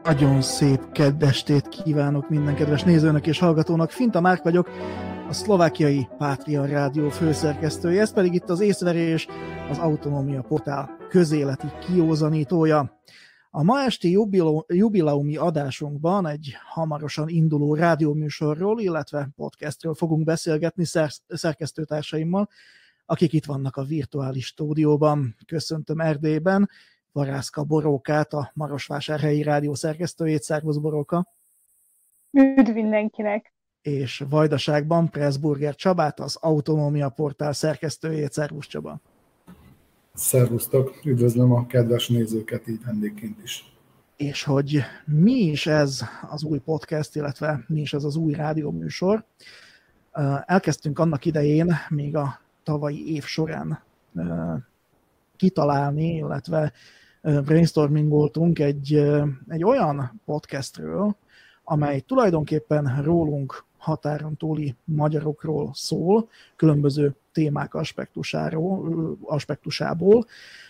Nagyon szép keddestét kívánok minden kedves nézőnek és hallgatónak. Finta Márk vagyok, a szlovákiai Pátria Rádió főszerkesztője, ez pedig itt az Észverés, az Autonómia Portál közéleti kiózanítója. A ma esti jubileumi adásunkban egy hamarosan induló rádióműsorról, illetve podcastről fogunk beszélgetni szerkesztőtársaimmal, akik itt vannak a virtuális stúdióban. Köszöntöm Erdélyben Varászka Borókát, a Marosvásárhelyi Rádió szerkesztőjét. Szervusz, Boróka! Üdv mindenkinek! És Vajdaságban Pressburger Csabát, az Autonómia Portál szerkesztőjét. Szervusz, Csaba! Szervusztok! Üdvözlöm a kedves nézőket így vendégként is. És hogy mi is ez az új podcast, illetve mi is ez az új rádióműsor. Elkezdtünk annak idején, még a tavalyi év során kitalálni, illetve brainstormingoltunk egy olyan podcastről, amely tulajdonképpen rólunk, határon túli magyarokról szól, különböző témák aspektusából.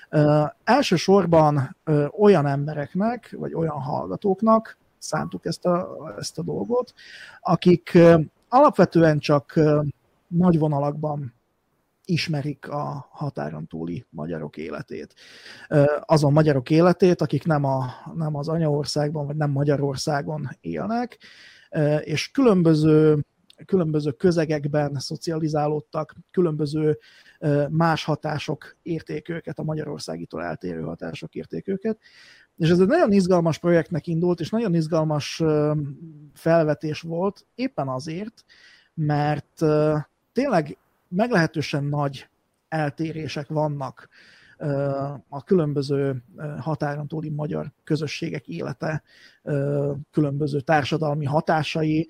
Elsősorban olyan embereknek, vagy olyan hallgatóknak szántuk ezt a dolgot, akik alapvetően csak nagy vonalakban ismerik a határon túli magyarok életét. Azon magyarok életét, akik nem az anyaországban, vagy nem Magyarországon élnek, és különböző közegekben szocializálódtak, különböző más hatások érték őket, a magyarországitól eltérő hatások érték őket. És ez egy nagyon izgalmas projektnek indult, és nagyon izgalmas felvetés volt, éppen azért, mert tényleg meglehetősen nagy eltérések vannak a különböző határon túli magyar közösségek élete, különböző társadalmi hatásai,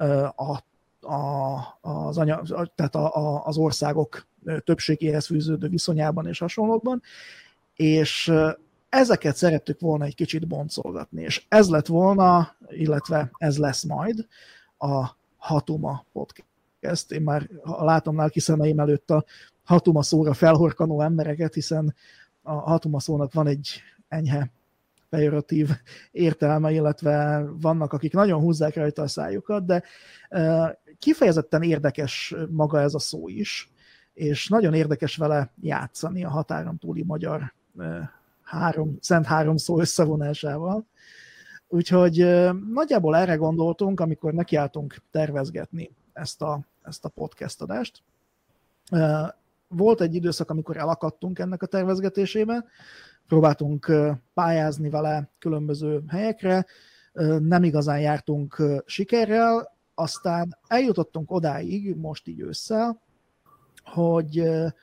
tehát az országok többségéhez fűződő viszonyában és hasonlókban, és ezeket szerettük volna egy kicsit boncolgatni, és ez lett volna, illetve ez lesz majd a Hatuma Podcast. Én már látom lelki szemeim előtt a Hatuma szóra felhorkanó embereket, hiszen a Hatuma szónak van egy enyhe pejoratív értelme, illetve vannak, akik nagyon húzzák rajta a szájukat, de kifejezetten érdekes maga ez a szó is, és nagyon érdekes vele játszani a határon túli magyar szent három szó összevonásával. Úgyhogy nagyjából erre gondoltunk, amikor nekiálltunk tervezgetni ezt a podcast adást. Volt egy időszak, amikor elakadtunk ennek a tervezgetésében, próbáltunk pályázni vele különböző helyekre, nem igazán jártunk sikerrel, aztán eljutottunk odáig, most így ősszel, hogy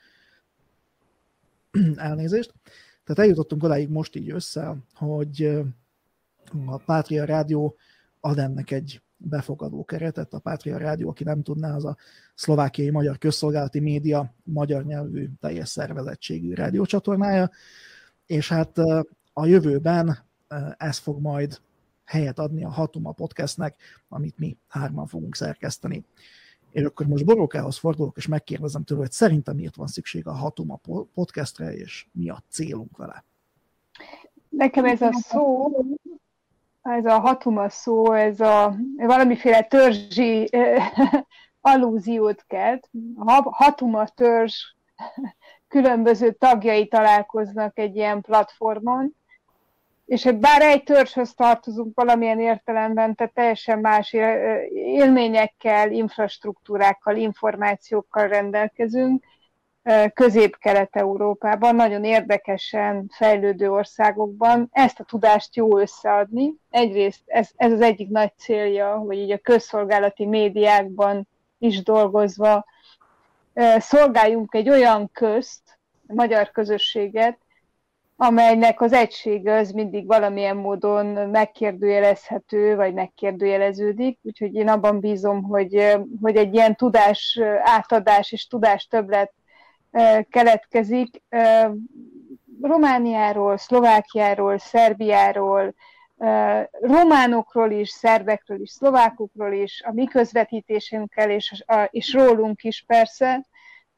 elnézést, tehát eljutottunk odáig most így ősszel, hogy a Pátria Rádió ad ennek egy befogadó keretet. A Pátria Rádió, aki nem tudná, az a szlovákiai magyar közszolgálati média magyar nyelvű teljes szervezettségű rádiócsatornája, és hát a jövőben ez fog majd helyet adni a Hatuma Podcastnek, amit mi hárman fogunk szerkeszteni. És akkor most Borókához fordulok, és megkérdezem tőle, hogy szerintem miért van szükség a Hatuma Podcastre, és mi a célunk vele. Nekem ez a szó, ez a Hatuma szó, ez a valamiféle törzsi allúziót kelt. A Hatuma törzs különböző tagjai találkoznak egy ilyen platformon, és bár egy törzshöz tartozunk valamilyen értelemben, tehát teljesen más élményekkel, infrastruktúrákkal, információkkal rendelkezünk, Közép-Kelet-Európában, nagyon érdekesen fejlődő országokban ezt a tudást jó összeadni. Egyrészt ez az egyik nagy célja, hogy így a közszolgálati médiákban is dolgozva szolgáljunk egy olyan magyar közösséget, amelynek az egysége az mindig valamilyen módon megkérdőjelezhető, vagy megkérdőjeleződik. Úgyhogy én abban bízom, hogy egy ilyen tudás átadás és tudás többlet keletkezik Romániáról, Szlovákiáról, Szerbiáról, románokról is, szerbekről is, szlovákokról is, a mi közvetítésünkkel és rólunk is persze,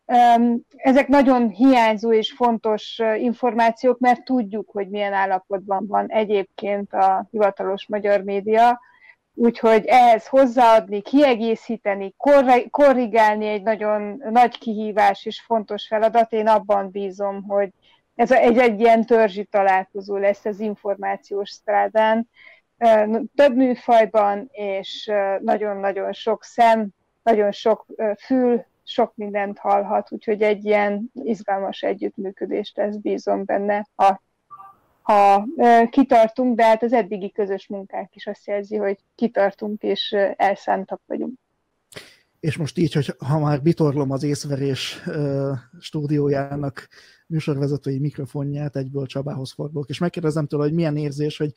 Ezek nagyon hiányzó és fontos információk, mert tudjuk, hogy milyen állapotban van egyébként a hivatalos magyar média, úgyhogy ehhez hozzáadni, kiegészíteni, korrigálni egy nagyon nagy kihívás és fontos feladat. Én abban bízom, hogy ez egy ilyen törzsi találkozó lesz az információs strádán, több műfajban, és nagyon-nagyon sok szem, nagyon sok fül, sok mindent hallhat, úgyhogy egy ilyen izgalmas együttműködést, ezt bízom benne, ha kitartunk, de hát az eddigi közös munkánk is azt jelzi, hogy kitartunk és elszántak vagyunk. És most így, hogy ha már bitorlom az észverés stúdiójának műsorvezetői mikrofonját, egyből Csabához fordulok, és megkérdezem tőle, hogy milyen érzés, hogy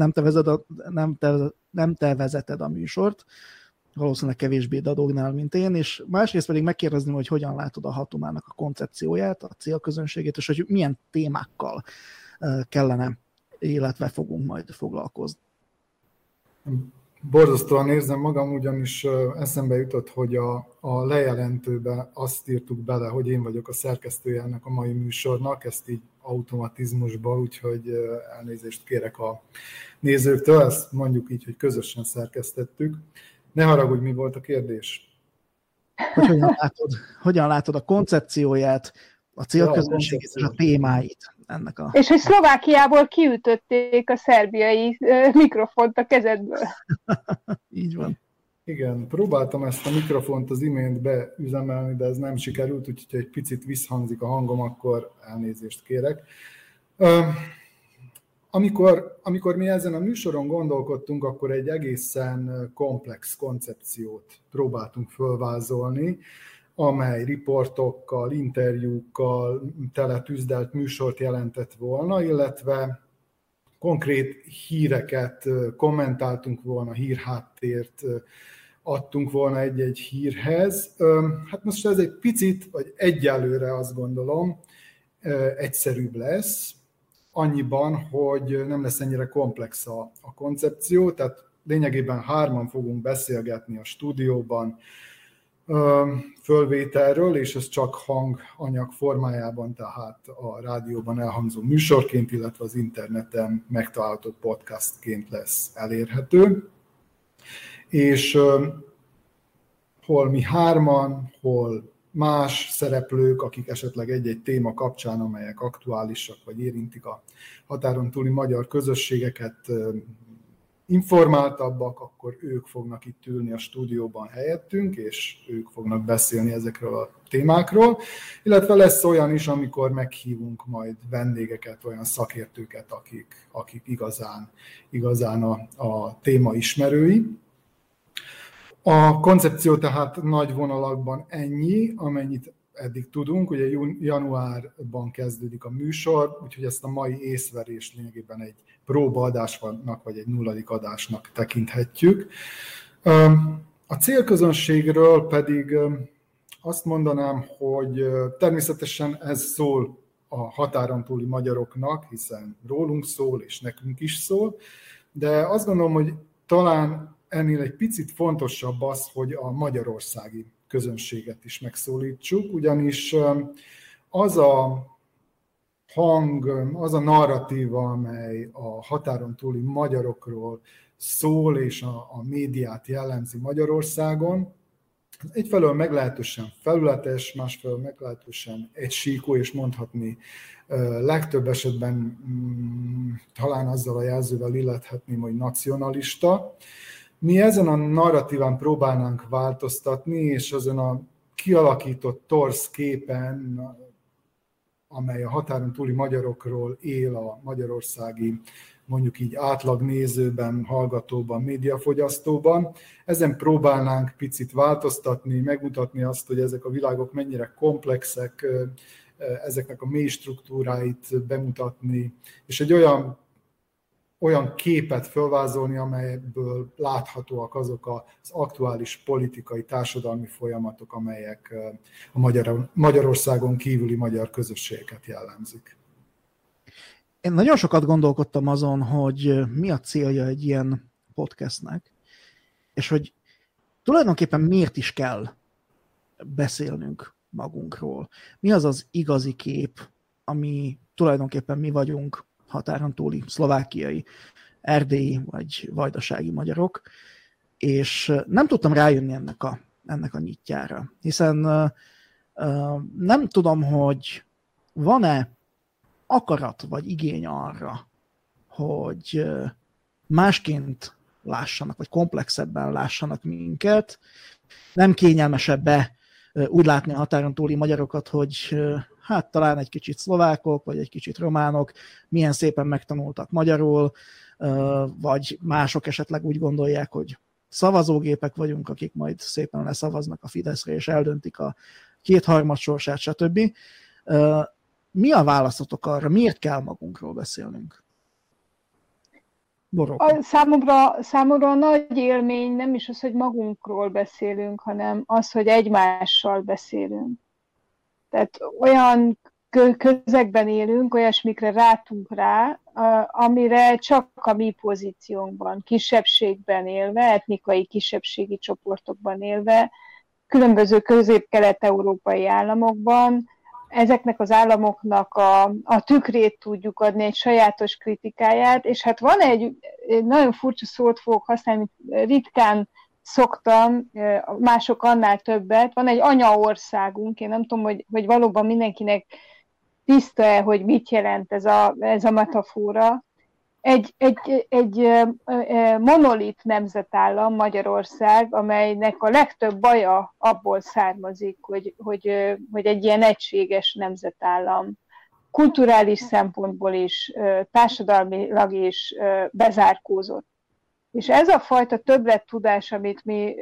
nem te vezeted a műsort, valószínűleg kevésbé dadognál, mint én, és másrészt pedig megkérdezni, hogy hogyan látod a Hatumának a koncepcióját, a célközönségét, és hogy milyen témákkal kellene, illetve fogunk majd foglalkozni. Borzasztóan érzem magam, ugyanis eszembe jutott, hogy a lejelentőbe azt írtuk bele, hogy én vagyok a szerkesztője ennek a mai műsornak, ezt így automatizmusban, úgyhogy elnézést kérek a nézőktől, ezt mondjuk így, hogy közösen szerkesztettük. Ne haragudj, mi volt a kérdés? Hogyan látod a koncepcióját, a célközönségét és a témáit ennek a... És hogy Szlovákiából kiütötték a szerbiai mikrofont a kezedből. Így van. Igen, próbáltam ezt a mikrofont az imént beüzemelni, de ez nem sikerült, úgyhogy egy picit visszhangzik a hangom, akkor elnézést kérek. Amikor mi ezen a műsoron gondolkodtunk, akkor egy egészen komplex koncepciót próbáltunk fölvázolni, amely riportokkal, interjúkkal teletűzdelt műsort jelentett volna, illetve konkrét híreket kommentáltunk volna, hírháttért adtunk volna egy-egy hírhez. Hát most ez egy picit, vagy egyelőre azt gondolom, egyszerűbb lesz, annyiban, hogy nem lesz ennyire komplex a koncepció, tehát lényegében 3 fogunk beszélgetni a stúdióban fölvételről, és ez csak hanganyag formájában, tehát a rádióban elhangzó műsorként, illetve az interneten megtalálható podcastként lesz elérhető. És hol mi 3, hol más szereplők, akik esetleg egy-egy téma kapcsán, amelyek aktuálisak, vagy érintik a határon túli magyar közösségeket, informáltabbak, akkor ők fognak itt ülni a stúdióban helyettünk, és ők fognak beszélni ezekről a témákról, illetve lesz olyan is, amikor meghívunk majd vendégeket, olyan szakértőket, akik igazán a téma ismerői. A koncepció tehát nagy vonalakban ennyi, amennyit eddig tudunk. Ugye januárban kezdődik a műsor, úgyhogy ezt a mai észverést lényegében egy próbaadásnak, vagy egy 0. adásnak tekinthetjük. A célközönségről pedig azt mondanám, hogy természetesen ez szól a határon túli magyaroknak, hiszen rólunk szól, és nekünk is szól, de azt gondolom, hogy talán ennél egy picit fontosabb az, hogy a magyarországi közönséget is megszólítsuk, ugyanis az a hang, az a narratíva, amely a határon túli magyarokról szól, és a médiát jellemzi Magyarországon, egyfelől meglehetősen felületes, másfelől meglehetősen egysíkú, és mondhatni legtöbb esetben talán azzal a jelzővel illethetném, hogy nacionalista. Mi ezen a narratíván próbálnánk változtatni, és azon a kialakított torz képen, amely a határon túli magyarokról él a magyarországi, mondjuk így átlag nézőben, hallgatóban, médiafogyasztóban, ezen próbálnánk picit változtatni, megmutatni azt, hogy ezek a világok mennyire komplexek, ezeknek a mély struktúráit bemutatni, és egy olyan képet felvázolni, amelyből láthatóak azok az aktuális politikai, társadalmi folyamatok, amelyek a Magyarországon kívüli magyar közösségeket jellemzik. Én nagyon sokat gondolkodtam azon, hogy mi a célja egy ilyen podcastnek, és hogy tulajdonképpen miért is kell beszélnünk magunkról? Mi az az igazi kép, ami tulajdonképpen mi vagyunk, határon túli szlovákiai, erdélyi vagy vajdasági magyarok, és nem tudtam rájönni ennek a nyitjára, hiszen nem tudom, hogy van-e akarat vagy igény arra, hogy másként lássanak, vagy komplexebben lássanak minket. Nem kényelmesebb-e úgy látni a határon túli magyarokat, hogy hát talán egy kicsit szlovákok, vagy egy kicsit románok, milyen szépen megtanultak magyarul, vagy mások esetleg úgy gondolják, hogy szavazógépek vagyunk, akik majd szépen leszavaznak a Fideszre, és eldöntik a kétharmad sorsát, stb. Mi a válaszotok arra? Miért kell magunkról beszélnünk? Számomra a nagy élmény nem is az, hogy magunkról beszélünk, hanem az, hogy egymással beszélünk. Tehát olyan közegben élünk, olyasmikre rátunk rá, amire csak a mi pozíciónkban, kisebbségben élve, etnikai kisebbségi csoportokban élve, különböző közép-kelet-európai államokban, ezeknek az államoknak a tükrét tudjuk adni, egy sajátos kritikáját, és hát van egy nagyon furcsa szót fogok használni, amit ritkán szoktam, mások annál többet, van egy anyaországunk, én nem tudom, hogy valóban mindenkinek tiszta-e, hogy mit jelent ez a metafora. Egy monolit nemzetállam, Magyarország, amelynek a legtöbb baja abból származik, hogy egy ilyen egységes nemzetállam kulturális szempontból is, társadalmilag is bezárkózott. És ez a fajta többlettudás, amit mi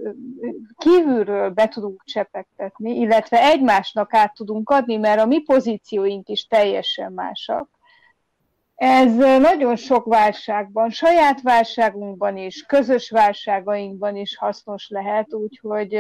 kívülről be tudunk csepegtetni, illetve egymásnak át tudunk adni, mert a mi pozícióink is teljesen másak, ez nagyon sok válságban, saját válságunkban is, közös válságainkban is hasznos lehet, úgyhogy,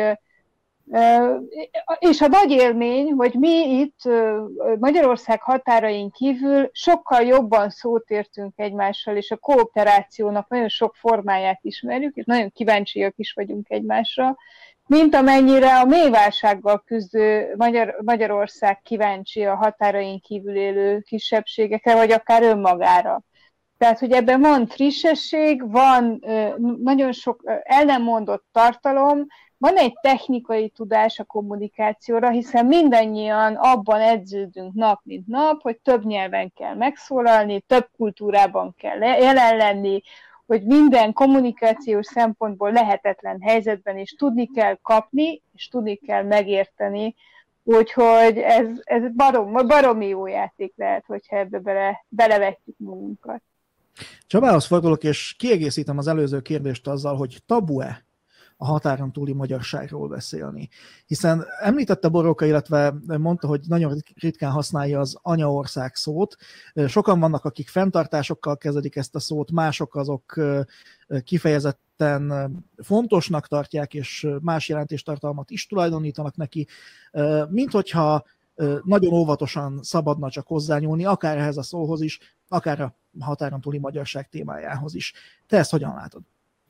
és a nagy élmény, hogy mi itt Magyarország határain kívül sokkal jobban szót értünk egymással, és a kooperációnak nagyon sok formáját ismerjük, és nagyon kíváncsiak is vagyunk egymásra, mint amennyire a mély válsággal küzdő Magyarország kíváncsi a határain kívül élő kisebbségekre, vagy akár önmagára. Tehát, hogy ebben van frissesség, van nagyon sok el nem mondott tartalom, van egy technikai tudás a kommunikációra, hiszen mindannyian abban edződünk nap mint nap, hogy több nyelven kell megszólalni, több kultúrában kell jelen lenni, hogy minden kommunikációs szempontból lehetetlen helyzetben is tudni kell kapni, és tudni kell megérteni, úgyhogy ez baromi jó játék lehet, hogyha ebbe belevetjük magunkat. Csabához fordulok, és kiegészítem az előző kérdést azzal, hogy tabu-e a határon túli magyarságról beszélni. Hiszen említette Boróka, illetve mondta, hogy nagyon ritkán használja az anyaország szót. Sokan vannak, akik fenntartásokkal kezelik ezt a szót, mások azok kifejezetten fontosnak tartják, és más jelentéstartalmat is tulajdonítanak neki, mint hogyha nagyon óvatosan szabadna csak hozzányúlni, akár ehhez a szóhoz is, akár a határon túli magyarság témájához is. Te ezt hogyan látod?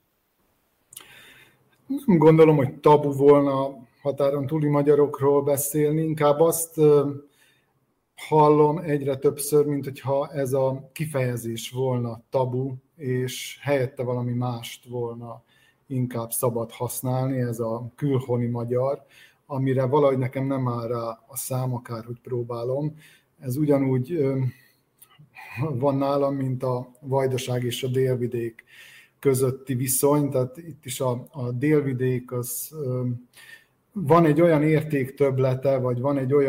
Nem gondolom, hogy tabu volna határon túli magyarokról beszélni, inkább azt hallom egyre többször, mint hogyha ez a kifejezés volna tabu, és helyette valami mást volna inkább szabad használni, ez a külhoni magyar, amire valahogy nekem nem áll rá a szám, akárhogy próbálom. Ez ugyanúgy van nálam, mint a Vajdaság és a délvidék közötti viszony, tehát itt is a délvidék, az van egy olyan értéktöblete, vagy van egy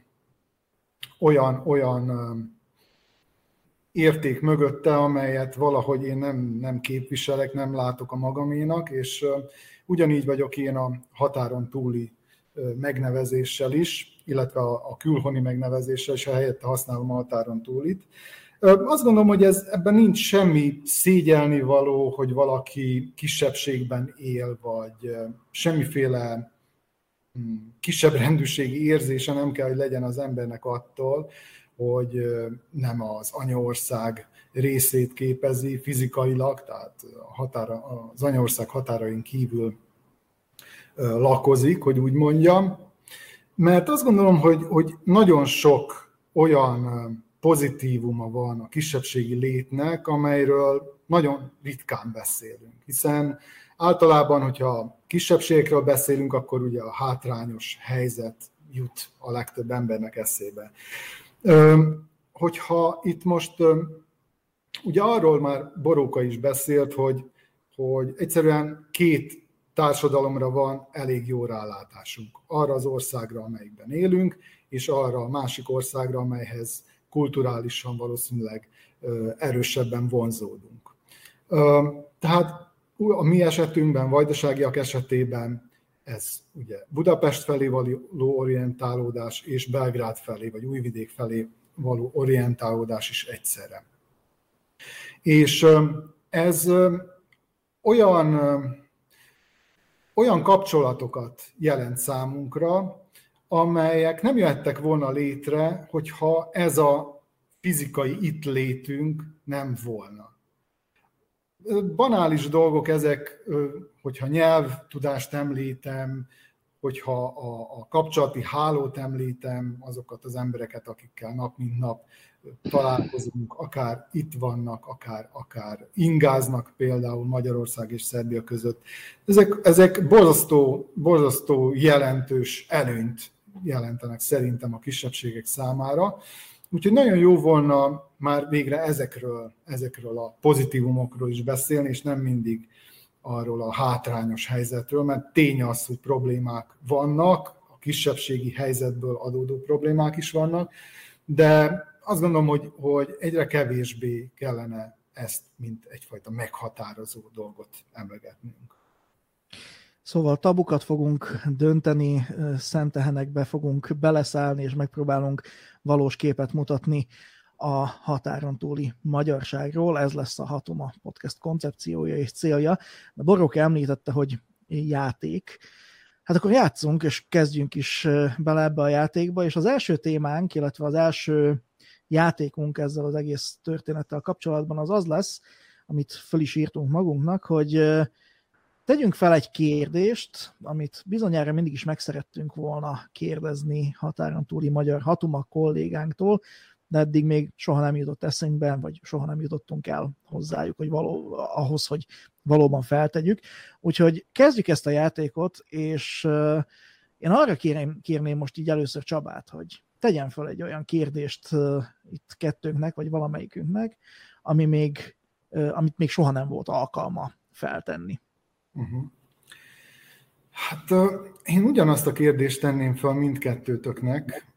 olyan érték mögötte, amelyet valahogy én nem képviselek, nem látok a magaménak, és ugyanígy vagyok én a határon túli megnevezéssel is, illetve a külhoni megnevezéssel, és helyette használom a határon túlit. Azt gondolom, hogy ebben nincs semmi szégyelnivaló, hogy valaki kisebbségben él, vagy semmiféle kisebb rendűségi érzése nem kell, hogy legyen az embernek attól, hogy nem az anyaország részét képezi fizikailag, tehát az anyaország határain kívül lakozik, hogy úgy mondjam. Mert azt gondolom, hogy nagyon sok olyan pozitívuma van a kisebbségi létnek, amelyről nagyon ritkán beszélünk. Hiszen általában, hogyha kisebbségekről beszélünk, akkor ugye a hátrányos helyzet jut a legtöbb embernek eszébe. Hogyha itt most, ugye arról már Boróka is beszélt, hogy egyszerűen két társadalomra van elég jó rálátásunk. Arra az országra, amelyikben élünk, és arra a másik országra, amelyhez kulturálisan valószínűleg erősebben vonzódunk. Tehát a mi esetünkben, vajdaságiak esetében ez ugye Budapest felé való orientálódás, és Belgrád felé, vagy Újvidék felé való orientálódás is egyszerre. És ez olyan kapcsolatokat jelent számunkra, amelyek nem jöhettek volna létre, hogyha ez a fizikai itt létünk nem volna. Banális dolgok ezek, hogyha nyelvtudást említem, hogyha a kapcsolati hálót említem, azokat az embereket, akikkel nap mint nap találkozunk, akár itt vannak, akár ingáznak például Magyarország és Szerbia között. Ezek borzasztó jelentős előnyt jelentenek szerintem a kisebbségek számára. Úgyhogy nagyon jó volna már végre ezekről a pozitívumokról is beszélni, és nem mindig arról a hátrányos helyzetről, mert tény az, hogy problémák vannak, a kisebbségi helyzetből adódó problémák is vannak, de azt gondolom, hogy egyre kevésbé kellene ezt, mint egyfajta meghatározó dolgot emlegetnünk. Szóval tabukat fogunk dönteni, szemtehenekbe fogunk beleszállni, és megpróbálunk valós képet mutatni a határon túli magyarságról. Ez lesz a Hatuma podcast koncepciója és célja. De Boróka említette, hogy játék. Hát akkor játszunk, és kezdjünk is bele ebbe a játékba, és az első témánk, illetve az első játékunk ezzel az egész történettel kapcsolatban az lesz, amit föl is írtunk magunknak, hogy tegyünk fel egy kérdést, amit bizonyára mindig is megszerettünk volna kérdezni határon túli magyar Hatuma kollégánktól, de eddig még soha nem jutott eszünkbe, vagy soha nem jutottunk el hozzájuk, hogy ahhoz, hogy valóban feltegyük. Úgyhogy kezdjük ezt a játékot, és én arra kérném most így először Csabát, hogy tegyen fel egy olyan kérdést itt kettőnknek, vagy valamelyikünknek, amit még soha nem volt alkalma feltenni. Hát én ugyanazt a kérdést tenném fel mindkettőtöknek.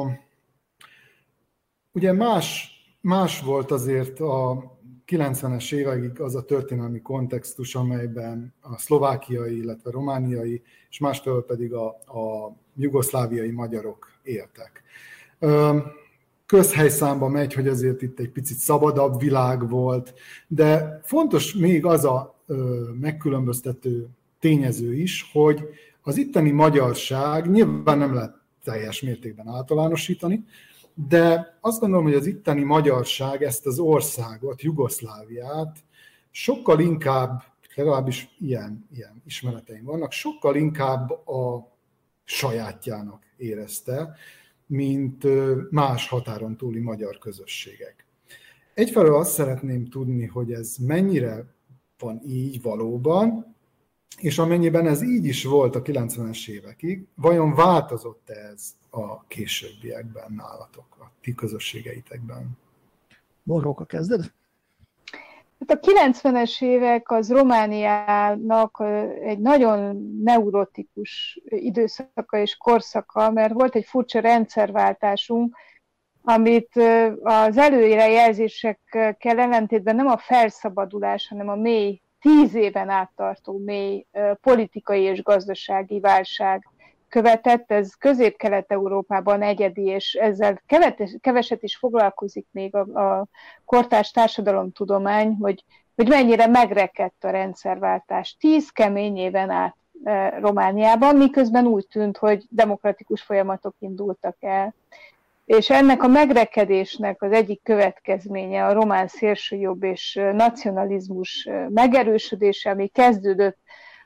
Ugye más volt azért a 90-es évekig az a történelmi kontextus, amelyben a szlovákiai, illetve romániai, és másfelől pedig a jugoszláviai magyarok éltek. Közhelyszámba megy, hogy azért itt egy picit szabadabb világ volt, de fontos még az a megkülönböztető tényező is, hogy az itteni magyarság nyilván nem lehet teljes mértékben általánosítani, de azt gondolom, hogy az itteni magyarság ezt az országot, Jugoszláviát sokkal inkább, legalábbis ilyen ismereteim vannak, sokkal inkább a sajátjának érezte, mint más határon túli magyar közösségek. Egyfelől azt szeretném tudni, hogy ez mennyire van így valóban, és amennyiben ez így is volt a 90-es évekig, vajon változott ez a későbbiekben nálatok, a ti közösségeitekben? Boróka, kezded? Hát a 90-es évek az Romániának egy nagyon neurotikus időszaka és korszaka, mert volt egy furcsa rendszerváltásunk, amit az előrejelzésekkel ellentétben nem a felszabadulás, hanem a 10 éven áttartó mély politikai és gazdasági válság követett. Ez Közép-Kelet-Európában egyedi, és ezzel keveset is foglalkozik még a kortárs társadalomtudomány, hogy mennyire megrekedt a rendszerváltás 10 kemény éven át Romániában, miközben úgy tűnt, hogy demokratikus folyamatok indultak el. És ennek a megrekedésnek az egyik következménye a román szélsőjobb és nacionalizmus megerősödése, ami kezdődött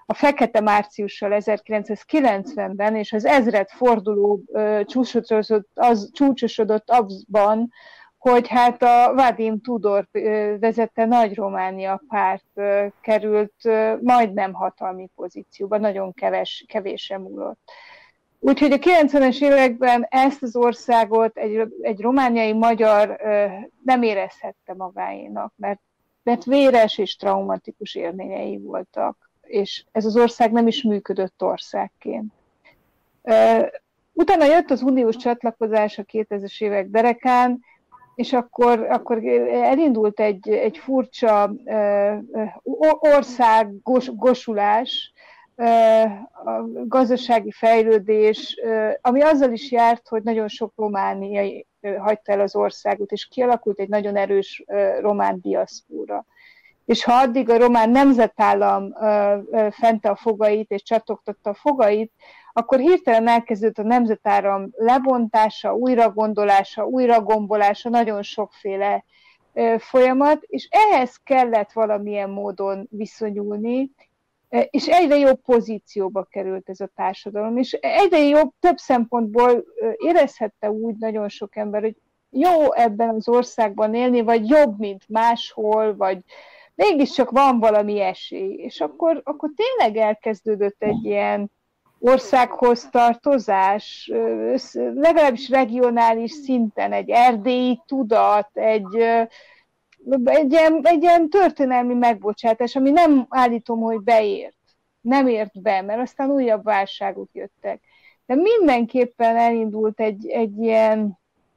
a Fekete Márciussal 1990-ben, és az ezredforduló csúcsosodott abban, hogy hát a Vadim Tudor vezette Nagy Románia párt került majdnem hatalmi pozícióba, nagyon kevésre múlott. Úgyhogy a 90-es években ezt az országot egy romániai magyar nem érezhette magáénak, mert véres és traumatikus élményei voltak, és ez az ország nem is működött országként. Utána jött az uniós csatlakozás a 2000-es évek derekán, és akkor elindult egy furcsa országosulás, a gazdasági fejlődés, ami azzal is járt, hogy nagyon sok romániai hagyta el az országot, és kialakult egy nagyon erős román diaszpóra. És ha addig a román nemzetállam fente a fogait és csattogtatta a fogait, akkor hirtelen elkezdődött a nemzetállam lebontása, újragondolása, újragombolása, nagyon sokféle folyamat, és ehhez kellett valamilyen módon viszonyulni, és egyre jobb pozícióba került ez a társadalom, és egyre jobb, több szempontból érezhette úgy nagyon sok ember, hogy jó ebben az országban élni, vagy jobb, mint máshol, vagy mégiscsak van valami esély. És akkor tényleg elkezdődött egy ilyen országhoz tartozás, legalábbis regionális szinten, egy erdélyi tudat, egy ilyen történelmi megbocsátás, ami nem állítom, hogy beért. Nem ért be, mert aztán újabb válságok jöttek. De mindenképpen elindult egy ilyen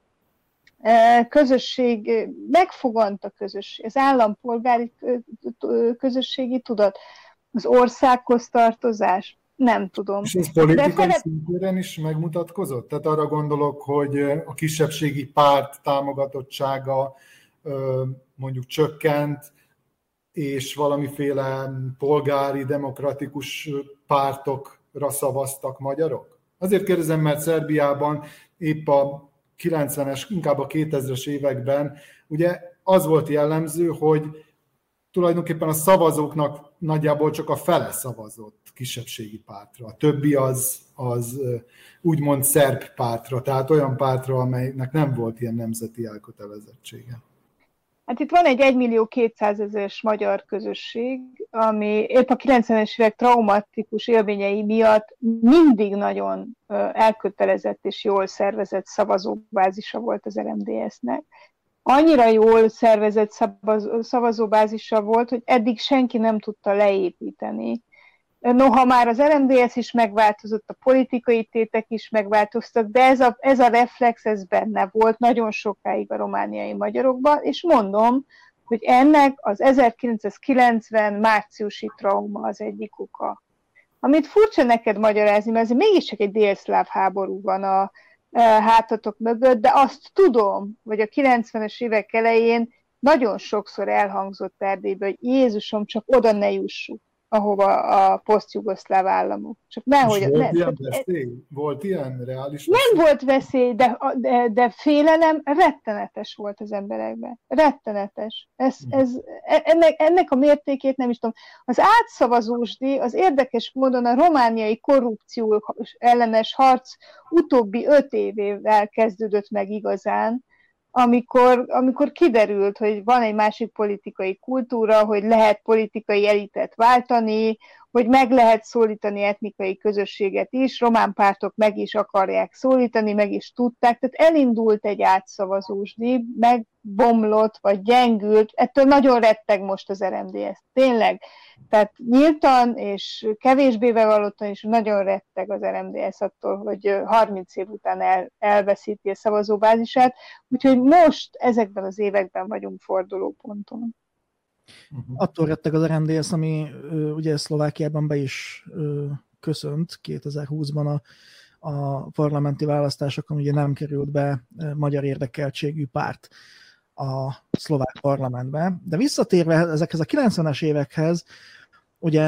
közösség, megfogant a közösség, az állampolgári közösségi tudat, az országhoz tartozás, nem tudom. És ez politikai szintéren is megmutatkozott? Tehát arra gondolok, hogy a kisebbségi párt támogatottsága mondjuk csökkent, és valamiféle polgári, demokratikus pártokra szavaztak magyarok? Azért kérdezem, mert Szerbiában épp a 90-es, inkább a 2000-es években ugye az volt jellemző, hogy tulajdonképpen a szavazóknak nagyjából csak a fele szavazott kisebbségi pártra. A többi az úgymond szerb pártra, tehát olyan pártra, amelynek nem volt ilyen nemzeti elkötelezettsége. Hát itt van egy 1.200.000-es magyar közösség, ami épp a 90-es évek traumatikus élményei miatt mindig nagyon elkötelezett és jól szervezett szavazóbázisa volt az RMDSZ-nek. Annyira jól szervezett szavazóbázisa volt, hogy eddig senki nem tudta leépíteni. Noha már az RMDSZ is megváltozott, a politikai tétek is megváltoztak, de ez a reflex, ez benne volt nagyon sokáig a romániai magyarokban, és mondom, hogy ennek az 1990 márciusi trauma az egyik oka. Amit furcsa neked magyarázni, mert ez mégiscsak egy délszláv háború van a hátatok mögött, de azt tudom, hogy a 90-es évek elején nagyon sokszor elhangzott Erdélyben, hogy Jézusom, csak oda ne jussuk, ahova a posztjugoszláv államok. Csak nehogy... Volt ilyen reális veszély? Nem volt veszély, de félelem rettenetes volt az emberekben. Rettenetes. Ennek a mértékét nem is tudom. Az átszavazósdi az érdekes módon a romániai korrupció ellenes harc utóbbi 5 évével kezdődött meg igazán, amikor kiderült, hogy van egy másik politikai kultúra, hogy lehet politikai elitet váltani, hogy meg lehet szólítani etnikai közösséget is, román pártok meg is akarják szólítani, meg is tudták, tehát elindult egy átszavazósdi, megbomlott, vagy gyengült, ettől nagyon retteg most az RMDSZ, tényleg. Tehát nyíltan és kevésbé bevallottan is nagyon retteg az RMDSZ attól, hogy 30 év után elveszíti a szavazóbázisát, úgyhogy most ezekben az években vagyunk fordulóponton. Attól retteg az RMDSZ, ami ugye Szlovákiában be is köszönt 2020-ban a parlamenti választásokon, ugye nem került be magyar érdekeltségű párt a szlovák parlamentbe. De visszatérve ezekhez a 90-es évekhez, ugye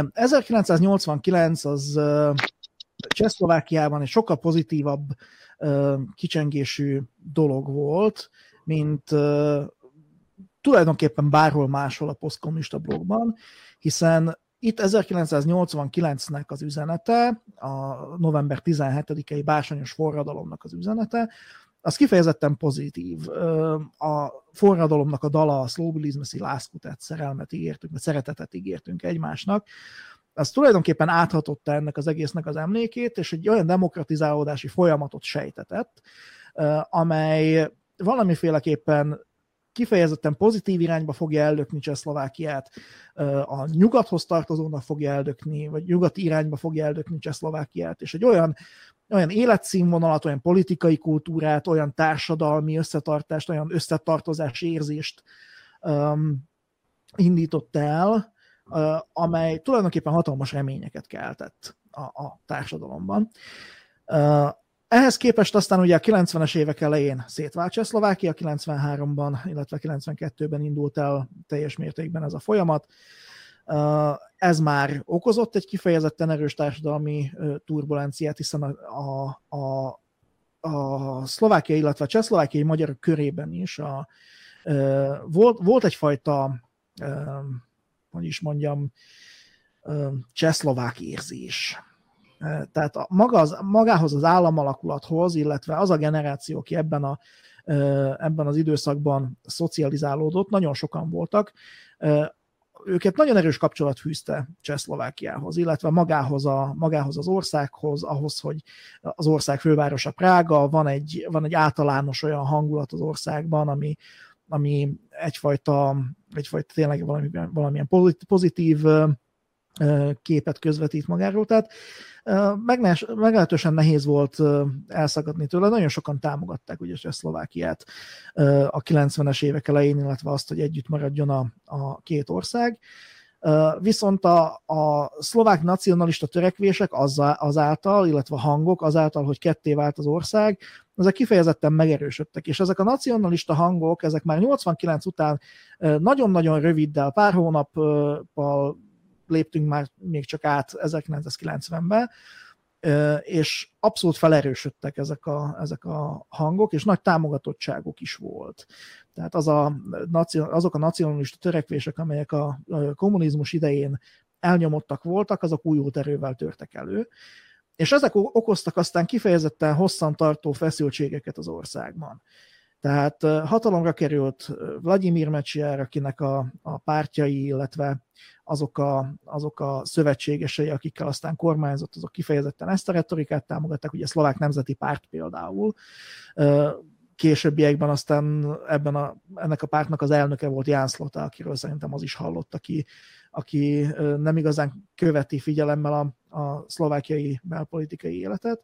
1989 az Csehszlovákiában egy sokkal pozitívabb kicsengésű dolog volt, mint tulajdonképpen bárhol máshol a posztkommunista blokkban, hiszen Itt 1989-nek az üzenete, a november 17-i bársonyos forradalomnak az üzenete, az kifejezetten pozitív. A forradalomnak a dala, a szlóbilizmuszi lászkutát, szerelmet ígértünk, vagy szeretetet ígértünk egymásnak, az tulajdonképpen áthatotta ennek az egésznek az emlékét, és egy olyan demokratizálódási folyamatot sejtetett, amely valamiféleképpen kifejezetten pozitív irányba fogja eldökni Csehszlovákiát, a nyugathoz tartozónak fogja eldökni, vagy nyugati irányba fogja eldökni Csehszlovákiát, és egy olyan életszínvonalat, olyan politikai kultúrát, olyan társadalmi összetartást, olyan összetartozási érzést indított el, amely tulajdonképpen hatalmas reményeket keltett a társadalomban. Ehhez képest aztán ugye a 90-es évek elején szétvált Csehszlovákia, 93-ban, illetve 92-ben indult el teljes mértékben ez a folyamat. Ez már okozott egy kifejezetten erős társadalmi turbulenciát, hiszen a szlovákiai, illetve a csehszlovákiai magyarok körében is volt egyfajta, hogy is mondjam, csehszlovák érzés. Tehát magához az államalakulathoz, illetve az a generáció, aki ebben az időszakban szocializálódott, nagyon sokan voltak, őket nagyon erős kapcsolat fűzte Csehszlovákiához, illetve magához az országhoz, ahhoz, hogy az ország fővárosa Prága, van egy általános olyan hangulat az országban, ami egyfajta tényleg valamilyen pozitív képet közvetít magáról. Tehát meglehetősen nehéz volt elszakadni tőle, nagyon sokan támogatták ugye Csehszlovákiát a 90-es évek elején, illetve azt, hogy együtt maradjon a két ország. Viszont a szlovák nacionalista törekvések azáltal, illetve a hangok azáltal, hogy ketté vált az ország, ezek kifejezetten megerősödtek, és ezek a nacionalista hangok, ezek már 89 után nagyon-nagyon röviddel, pár hónappal léptünk már még csak át 1990-ben, és abszolút felerősödtek ezek a hangok, és nagy támogatottságuk is volt. Tehát azok a nacionalista törekvések, amelyek a kommunizmus idején elnyomottak voltak, azok újult erővel törtek elő, és ezek okoztak aztán kifejezetten hosszantartó feszültségeket az országban. Tehát hatalomra került Vladimir Mečiar, akinek a pártjai, illetve azok a szövetségesei, akikkel aztán kormányzott, azok kifejezetten ezt a retorikát támogatták, ugye a Szlovák Nemzeti Párt például. Későbbiekben aztán ennek a pártnak az elnöke volt Ján Slota, akiről szerintem az is hallott, aki nem igazán követi figyelemmel a szlovákiai belpolitikai életet.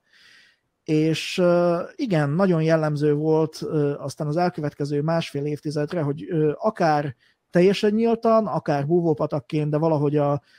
És igen, nagyon jellemző volt aztán az elkövetkező másfél évtizedre, hogy akár teljesen nyíltan, akár búvópatakként, de valahogy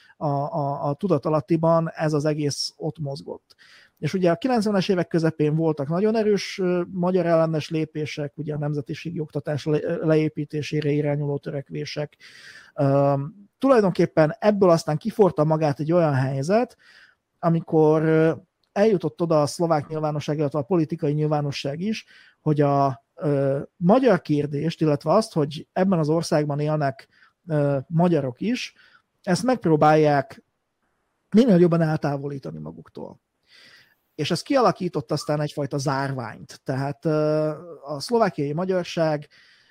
a tudatalattiban ez az egész ott mozgott. És ugye a 90-es évek közepén voltak nagyon erős magyar ellenes lépések, ugye a nemzetiségi oktatás leépítésére irányuló törekvések. Tulajdonképpen ebből aztán kiforta magát egy olyan helyzet, amikor eljutott oda a szlovák nyilvánosság, illetve a politikai nyilvánosság is, hogy a magyar kérdést, illetve azt, hogy ebben az országban élnek magyarok is, ezt megpróbálják minél jobban eltávolítani maguktól. És ez kialakított aztán egyfajta zárványt. Tehát a szlovákiai magyarság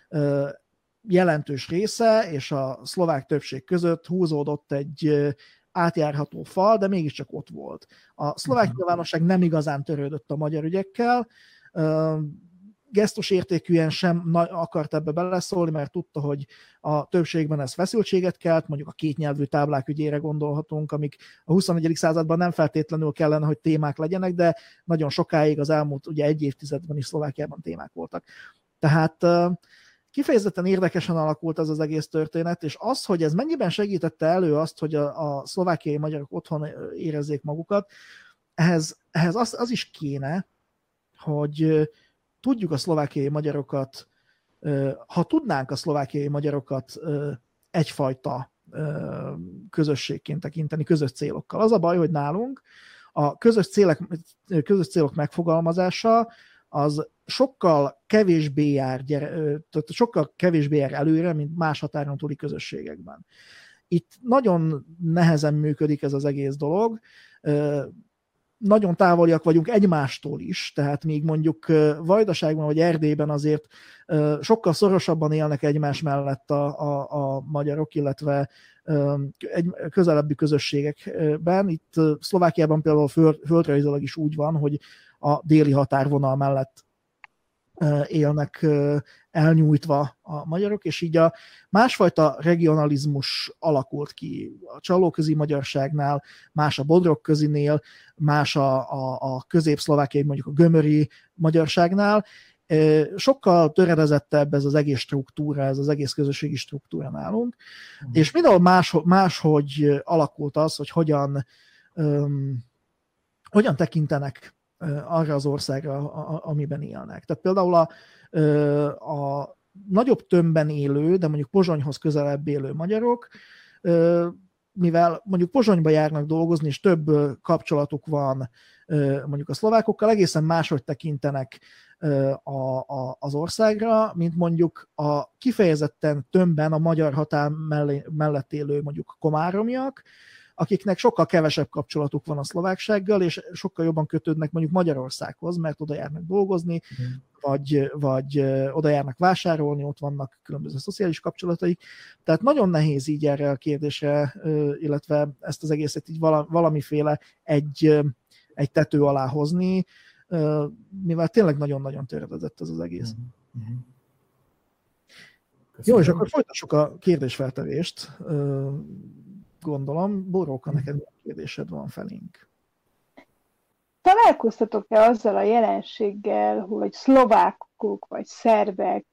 jelentős része és a szlovák többség között húzódott egy átjárható fal, de mégiscsak ott volt. A szlovák nyilvánosság nem igazán törődött a magyar ügyekkel, gesztusértékűen sem akart ebbe beleszólni, mert tudta, hogy a többségben ez feszültséget kelt, mondjuk a kétnyelvű táblák ügyére gondolhatunk, amik a 21. században nem feltétlenül kellene, hogy témák legyenek, de nagyon sokáig az elmúlt ugye egy évtizedben is Szlovákiában témák voltak. Tehát kifejezetten érdekesen alakult ez az egész történet, és az, hogy ez mennyiben segítette elő azt, hogy a szlovákiai magyarok otthon érezzék magukat, ehhez az is kéne, hogy tudjuk a szlovákiai magyarokat, ha tudnánk a szlovákiai magyarokat egyfajta közösségként tekinteni, közös célokkal. Az a baj, hogy nálunk a közös célok megfogalmazása az sokkal kevésbé jár előre, mint más határon túli közösségekben. Itt nagyon nehezen működik ez az egész dolog, nagyon távoliak vagyunk egymástól is, tehát még mondjuk Vajdaságban vagy Erdélyben azért sokkal szorosabban élnek egymás mellett a magyarok, illetve közelebbi közösségekben. Itt Szlovákiában például földrajzilag is úgy van, hogy a déli határvonal mellett élnek elnyújtva a magyarok, és így a másfajta regionalizmus alakult ki a csalóközi magyarságnál, más a bodrogközinél, más a közép-szlovákiai, mondjuk a gömöri magyarságnál. Sokkal töredezettebb ez az egész struktúra, ez az egész közösségi struktúra nálunk, és mindenhol máshogy alakult az, hogy hogyan tekintenek arra az országra, amiben élnek. Tehát például a nagyobb tömbben élő, de mondjuk Pozsonyhoz közelebb élő magyarok, mivel mondjuk Pozsonyba járnak dolgozni, és több kapcsolatuk van mondjuk a szlovákokkal, egészen máshogy tekintenek az országra, mint mondjuk a kifejezetten tömbben a magyar határ mellett élő mondjuk komáromiak, akiknek sokkal kevesebb kapcsolatuk van a szlováksággal, és sokkal jobban kötődnek mondjuk Magyarországhoz, mert oda járnak dolgozni, vagy oda járnak vásárolni, ott vannak különböző szociális kapcsolataik. Tehát nagyon nehéz így erre a kérdésre, illetve ezt az egészet így valamiféle egy tető alá hozni, mivel tényleg nagyon-nagyon töredezett ez az egész. Jó, és akkor folytassuk a kérdésfeltevést. Gondolom, Boróka, neked milyen kérdésed van felénk? Találkoztatok-e azzal a jelenséggel, hogy szlovákok vagy szerbek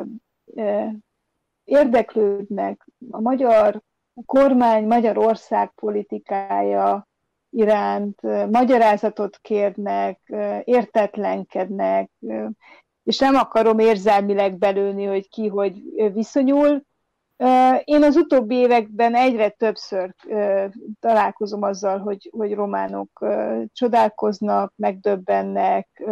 érdeklődnek a magyar kormány, Magyarország politikája iránt, magyarázatot kérnek, értetlenkednek, és nem akarom érzelmileg belőni, hogy ki hogy viszonyul. Én az utóbbi években egyre többször találkozom azzal, hogy románok csodálkoznak, megdöbbennek,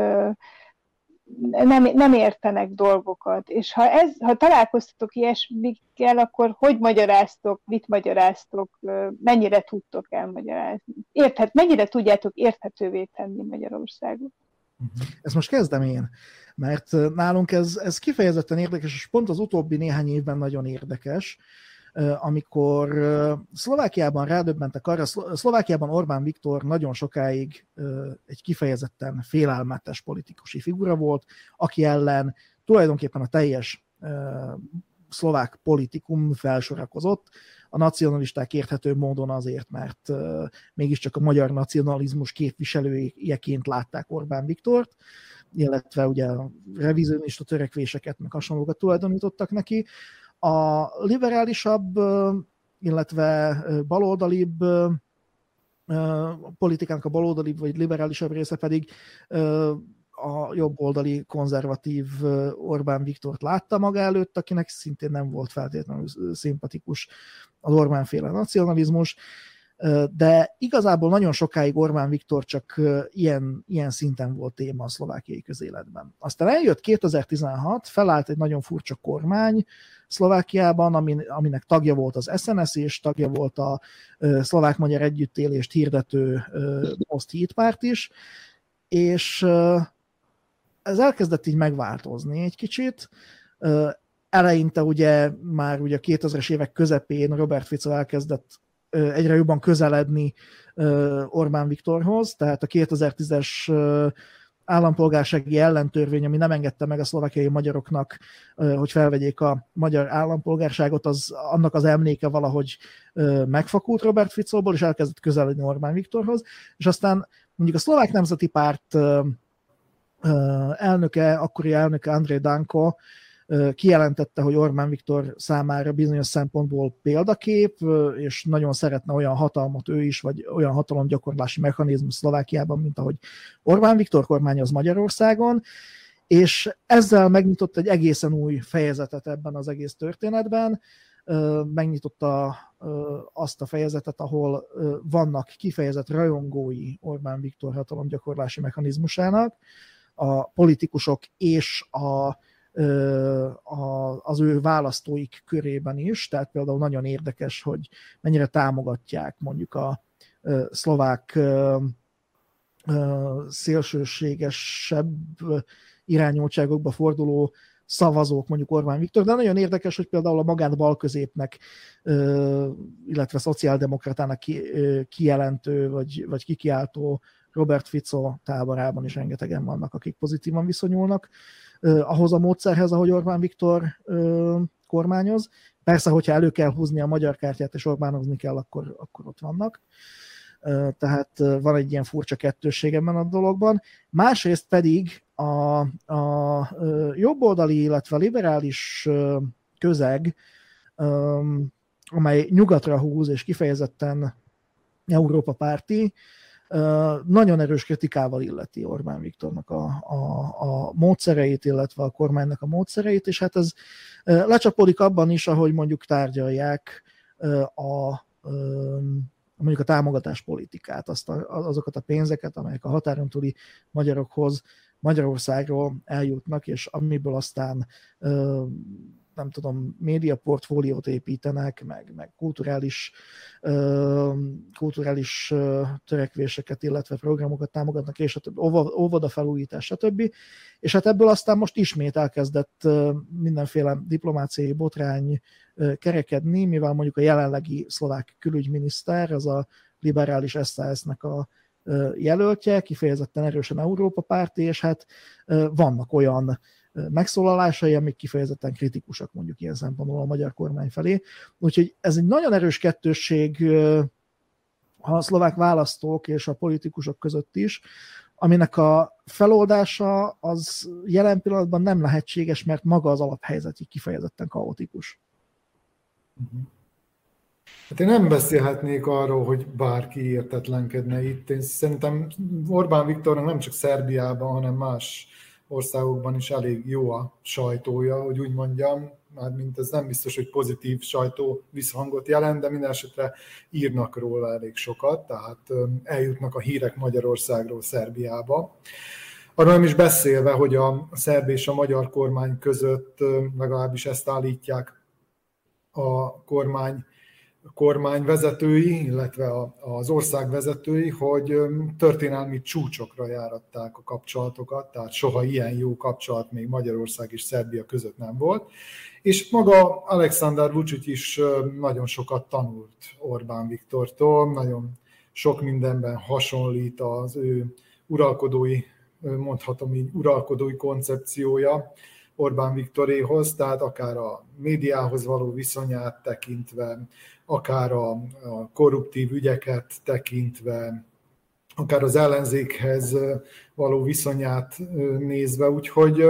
nem értenek dolgokat. És ha találkoztatok ilyesmikkel, akkor hogy magyaráztok, mit magyaráztok, mennyire tudtok elmagyarázni? Mennyire tudjátok érthetővé tenni Magyarországot? Ezt most kezdem én, mert nálunk ez kifejezetten érdekes, és pont az utóbbi néhány évben nagyon érdekes, amikor Szlovákiában rádöbbentek arra, Szlovákiában Orbán Viktor nagyon sokáig egy kifejezetten félelmetes politikusi figura volt, aki ellen tulajdonképpen a teljes szlovák politikum felsorakozott, a nacionalisták érthető módon azért, mert mégiscsak a magyar nacionalizmus képviselőjeként látták Orbán Viktort, illetve ugye a revizionista törekvéseket, meg hasonlókat tulajdonítottak neki. A liberálisabb, illetve baloldalibb politikának a baloldalibb vagy liberálisabb része pedig a jobboldali konzervatív Orbán Viktort látta maga előtt, akinek szintén nem volt feltétlenül szimpatikus az Orbán-féle nacionalizmus, de igazából nagyon sokáig Orbán Viktor csak ilyen szinten volt téma a szlovákiai közéletben. Aztán eljött 2016, felállt egy nagyon furcsa kormány Szlovákiában, aminek tagja volt az SNS és tagja volt a szlovák-magyar együttélést hirdető Most Híd párt is, és ez elkezdett így megváltozni egy kicsit. Eleinte ugye már ugye a 2000-es évek közepén Robert Fico elkezdett egyre jobban közeledni Orbán Viktorhoz, tehát a 2010-es állampolgársági ellentörvény, ami nem engedte meg a szlovákiai magyaroknak, hogy felvegyék a magyar állampolgárságot, annak az emléke valahogy megfakult Robert Ficóból, és elkezdett közeledni Orbán Viktorhoz, és aztán mondjuk a Szlovák Nemzeti Párt akkori elnöke Andrej Danko kijelentette, hogy Orbán Viktor számára bizonyos szempontból példakép, és nagyon szeretne olyan hatalmat ő is, vagy olyan hatalomgyakorlási mechanizmus Szlovákiában, mint ahogy Orbán Viktor kormányoz Magyarországon, és ezzel megnyitott egy egészen új fejezetet ebben az egész történetben, megnyitotta azt a fejezetet, ahol vannak kifejezett rajongói Orbán Viktor hatalomgyakorlási mechanizmusának, a politikusok és a az ő választóik körében is, tehát például nagyon érdekes, hogy mennyire támogatják mondjuk a szlovák szélsőségesebb irányultságokba forduló szavazók mondjuk Orbán Viktor, de nagyon érdekes, hogy például a magát balközépnek, illetve szociáldemokratának kijelentő vagy kikiáltó Robert Fico táborában is rengetegen vannak, akik pozitívan viszonyulnak ahhoz a módszerhez, ahogy Orbán Viktor kormányoz. Persze, hogyha elő kell húzni a magyar kártyát és Orbánozni kell, akkor ott vannak. Tehát van egy ilyen furcsa kettősség ebben a dologban. Másrészt pedig a jobboldali, illetve liberális közeg, amely nyugatra húz és kifejezetten Európa párti, nagyon erős kritikával illeti Orbán Viktornak a módszereit, illetve a kormánynak a módszereit, és hát ez lecsapódik abban is, ahogy mondjuk tárgyalják mondjuk a támogatáspolitikát, azokat a pénzeket, amelyek a határon túli magyarokhoz Magyarországról eljutnak, és amiből aztán nem tudom, médiaportfóliót építenek, meg kulturális törekvéseket, illetve programokat támogatnak, és a többi, óvodafelújítás, stb. És hát ebből aztán most ismét elkezdett mindenféle diplomáciai botrány kerekedni, mivel mondjuk a jelenlegi szlovák külügyminiszter, az a liberális SZSZ-nek a jelöltje, kifejezetten erősen Európa párti, és hát vannak olyan megszólalásai, amik kifejezetten kritikusak mondjuk ilyen szempontból a magyar kormány felé. Úgyhogy ez egy nagyon erős kettősség a szlovák választók és a politikusok között is, aminek a feloldása az jelen pillanatban nem lehetséges, mert maga az alaphelyzet így kifejezetten kaotikus. Hát én nem beszélhetnék arról, hogy bárki értetlenkedne itt. Én szerintem Orbán Viktornak nem csak Szerbiában, hanem más országokban is elég jó a sajtója, hogy úgy mondjam, mármint ez nem biztos, hogy pozitív sajtó visszhangot jelent, de minden esetre írnak róla elég sokat, tehát eljutnak a hírek Magyarországról Szerbiába. Arról nem is beszélve, hogy a szerb és a magyar kormány között, legalábbis ezt állítják a kormány vezetői, illetve az ország vezetői, hogy történelmi csúcsokra járatták a kapcsolatokat, tehát soha ilyen jó kapcsolat még Magyarország és Szerbia között nem volt. És maga Alexander Vučić is nagyon sokat tanult Orbán Viktortól, nagyon sok mindenben hasonlít az ő uralkodói, mondhatom így, uralkodói koncepciója Orbán Viktoréhoz, tehát akár a médiához való viszonyát tekintve, akár a korruptív ügyeket tekintve, akár az ellenzékhez való viszonyát nézve, úgyhogy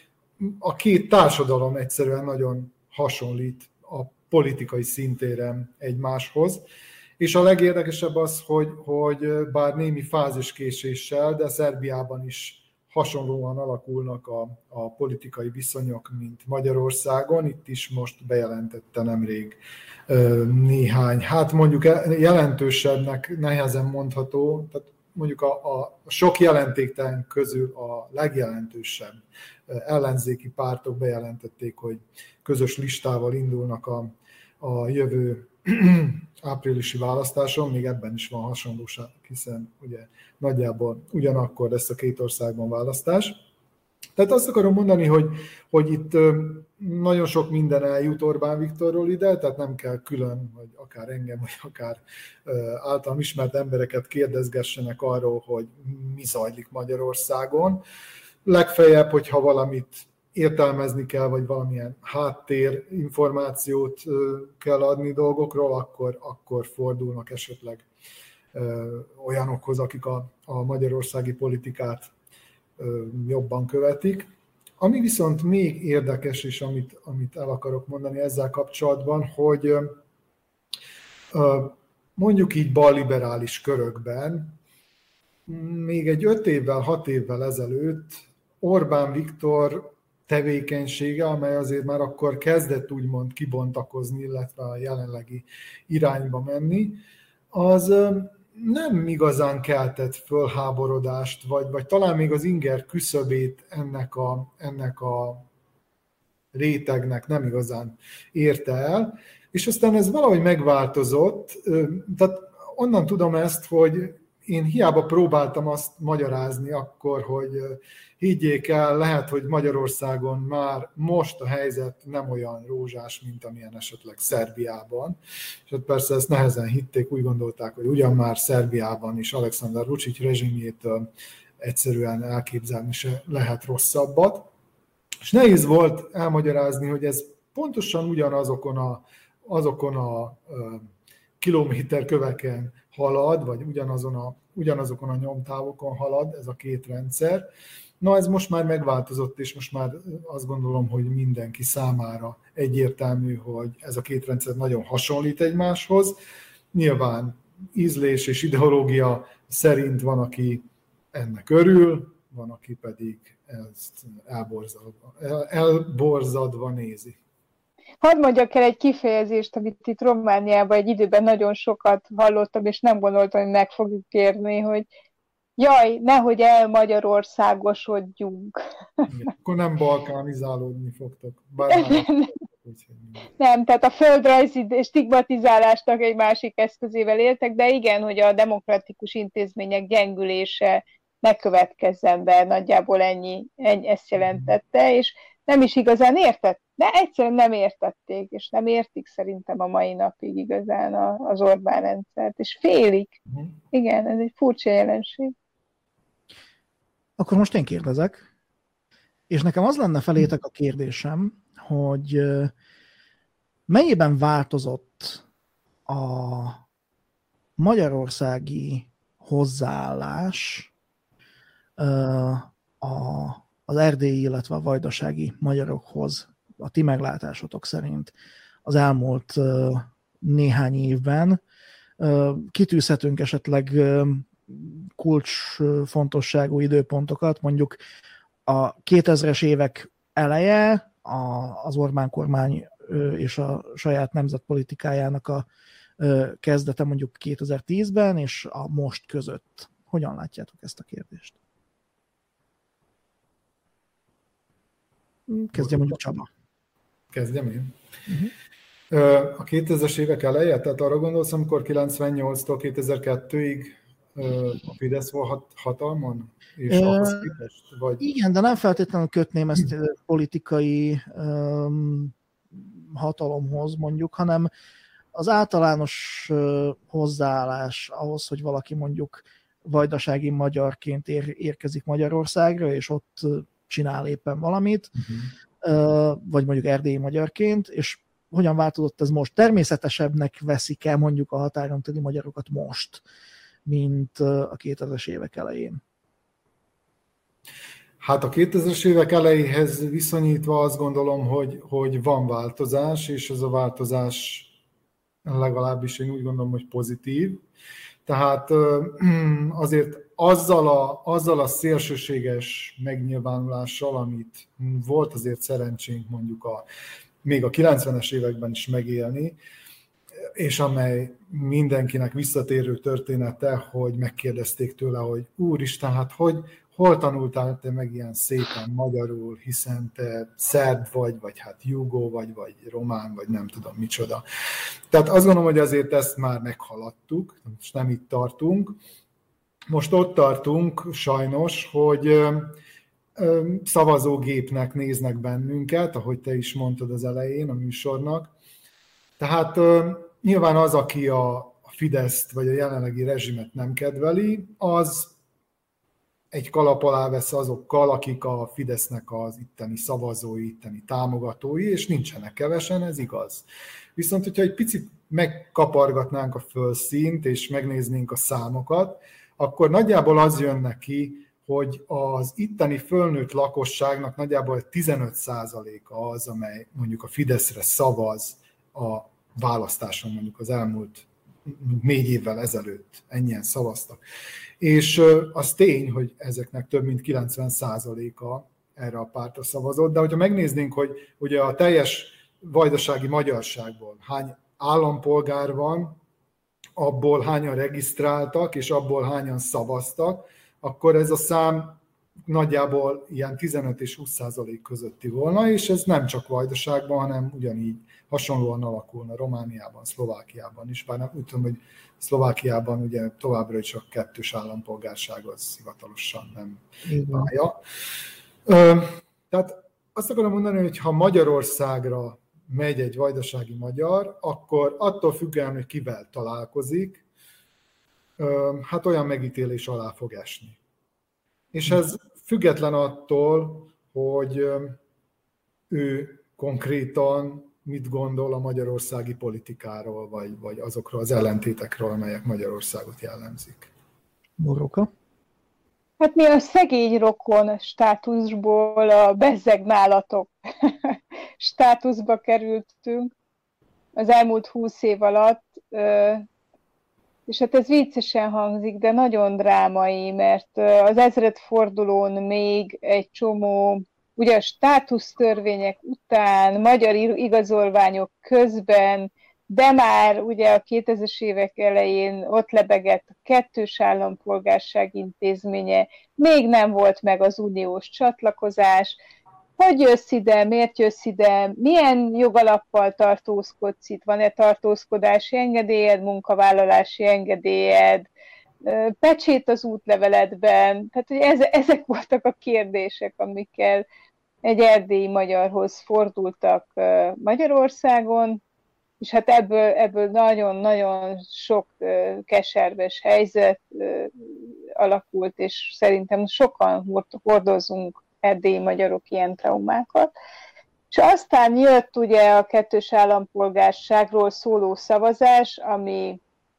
a két társadalom egyszerűen nagyon hasonlít a politikai szintéren egymáshoz. És a legérdekesebb az, hogy bár némi fáziskéséssel, de Szerbiában is hasonlóan alakulnak a politikai viszonyok, mint Magyarországon. Itt is most bejelentette nemrég néhány, hát mondjuk jelentősebbnek nehezen mondható, tehát mondjuk a sok jelentéktelen közül a legjelentősebb ellenzéki pártok bejelentették, hogy közös listával indulnak a jövő áprilisi választáson, még ebben is van hasonlóság, hiszen ugye nagyjából ugyanakkor lesz a két országban választás. Tehát azt akarom mondani, hogy itt nagyon sok minden eljut Orbán Viktorról ide, tehát nem kell külön, hogy akár engem, vagy akár általam ismert embereket kérdezgessenek arról, hogy mi zajlik Magyarországon. Legfeljebb, hogyha valamit értelmezni kell, vagy valamilyen háttérinformációt kell adni dolgokról, akkor fordulnak esetleg olyanokhoz, akik a magyarországi politikát jobban követik. Ami viszont még érdekes, és amit el akarok mondani ezzel kapcsolatban, hogy mondjuk így balliberális körökben még egy 5 évvel, 6 évvel ezelőtt Orbán Viktor tevékenysége, amely azért már akkor kezdett úgymond kibontakozni, illetve a jelenlegi irányba menni, az nem igazán keltett fölháborodást, vagy talán még az inger küszöbét ennek a rétegnek nem igazán érte el, és aztán ez valahogy megváltozott, tehát onnan tudom ezt, hogy én hiába próbáltam azt magyarázni akkor, hogy higgyék el, lehet, hogy Magyarországon már most a helyzet nem olyan rózsás, mint amilyen esetleg Szerbiában. És hát persze ezt nehezen hitték, úgy gondolták, hogy ugyan már Szerbiában is Aleksandar Vučić rezsimjétől egyszerűen elképzelni se lehet rosszabbat. És nehéz volt elmagyarázni, hogy ez pontosan azokon a kilométerköveken halad, vagy ugyanazokon a nyomtávokon halad ez a két rendszer. Na, ez most már megváltozott, és most már azt gondolom, hogy mindenki számára egyértelmű, hogy ez a két rendszer nagyon hasonlít egymáshoz. Nyilván ízlés és ideológia szerint van, aki ennek örül, van, aki pedig ezt elborzadva nézi. Hadd mondjak el egy kifejezést, amit itt Romániában egy időben nagyon sokat hallottam, és nem gondoltam, hogy meg fogjuk érni, hogy jaj, nehogy elmagyarországosodjunk. Akkor nem balkánizálódni fogtok. Nem, tehát a földrajzi stigmatizálásnak egy másik eszközével éltek, de igen, hogy a demokratikus intézmények gyengülése ne következzen be, nagyjából ennyi ezt jelentette, és nem is igazán de egyszerűen nem értették, és nem értik szerintem a mai napig igazán az Orbán rendszert, és félik. Igen, ez egy furcsa jelenség. Akkor most én kérdezek, és nekem az lenne felétek a kérdésem, hogy mennyiben változott a magyarországi hozzáállás az erdélyi, illetve a vajdasági magyarokhoz, a ti meglátásotok szerint az elmúlt néhány évben. Kitűzhetünk esetleg kulcsfontosságú időpontokat, mondjuk a 2000-es évek eleje, az Orbán kormány és a saját nemzetpolitikájának a kezdete mondjuk 2010-ben, és a most között. Hogyan látjátok ezt a kérdést? Kezdjem mondjuk Csaba. Kezdjem én? A 2000-es évek eleje, tehát arra gondolsz, amikor 98-tól 2002-ig a Fidesz volt hatalmon? És ahhoz képest? Vagy... Igen, de nem feltétlenül kötném ezt politikai hatalomhoz mondjuk, hanem az általános hozzáállás ahhoz, hogy valaki mondjuk vajdasági magyarként érkezik Magyarországra, és ott csinál éppen valamit, vagy mondjuk erdélyi magyarként, és hogyan változott ez most? Természetesebbnek veszik el mondjuk a határon túli magyarokat most, mint a 2000-es évek elején? Hát a 2000-es évek elejéhez viszonyítva azt gondolom, hogy van változás, és ez a változás legalábbis én úgy gondolom, hogy pozitív. Tehát azért azzal a szélsőséges megnyilvánulással, amit volt azért szerencsénk mondjuk még a 90-es években is megélni, és amely mindenkinek visszatérő története, hogy megkérdezték tőle, hogy úristen, hát hol tanultál te meg ilyen szépen magyarul, hiszen te szerb vagy hát jugó vagy román, vagy nem tudom micsoda. Tehát azt gondolom, hogy azért ezt már meghaladtuk, most nem itt tartunk. Most ott tartunk sajnos, hogy szavazógépnek néznek bennünket, ahogy te is mondtad az elején a műsornak. Tehát nyilván az, aki a Fideszt vagy a jelenlegi rezsimet nem kedveli, az egy kalap alá vesz azokkal, akik a Fidesznek az itteni szavazói, itteni támogatói, és nincsenek kevesen, ez igaz. Viszont, hogyha egy picit megkapargatnánk a fölszínt, és megnéznénk a számokat, akkor nagyjából az jön neki, hogy az itteni fölnőtt lakosságnak nagyjából 15%-a az, amely mondjuk a Fideszre szavaz a választáson, mondjuk az elmúlt 4 évvel ezelőtt ennyien szavaztak. És az tény, hogy ezeknek több mint 90%-a erre a pártra szavazott, de hogyha megnéznénk, hogy ugye a teljes vajdasági magyarságból hány állampolgár van, abból hányan regisztráltak, és abból hányan szavaztak, akkor ez a szám nagyjából ilyen 15 és 20% közötti volna, és ez nem csak Vajdaságban, hanem ugyanígy hasonlóan alakulna Romániában, Szlovákiában is, bár úgy tudom, hogy Szlovákiában ugye továbbra is a kettős állampolgárság az hivatalosan nem pálya. Tehát azt akarom mondani, hogy ha Magyarországra megy egy vajdasági magyar, akkor attól függően, hogy kivel találkozik, hát olyan megítélés alá fog esni. És ez független attól, hogy ő konkrétan mit gondol a magyarországi politikáról, vagy azokról az ellentétekről, amelyek Magyarországot jellemzik. Boróka? Hát mi a szegény rokon státuszból a bezzeg nálatok státuszba kerültünk az elmúlt 20 év alatt, és hát ez viccesen hangzik, de nagyon drámai, mert az ezredfordulón még egy csomó, ugye a státusztörvények után, magyar igazolványok közben, de már ugye a 2000-es évek elején ott lebegett a kettős állampolgárság intézménye, még nem volt meg az uniós csatlakozás. Hogy jössz ide, miért jössz ide, milyen jogalappal tartózkodsz itt, van-e tartózkodási engedélyed, munkavállalási engedélyed, pecsét az útleveledben. Tehát hogy ezek voltak a kérdések, amikkel egy erdélyi magyarhoz fordultak Magyarországon, és hát ebből nagyon-nagyon sok keserves helyzet alakult, és szerintem sokan hordozunk erdélyi magyarok ilyen traumákat. És aztán jött ugye a kettős állampolgárságról szóló szavazás, ami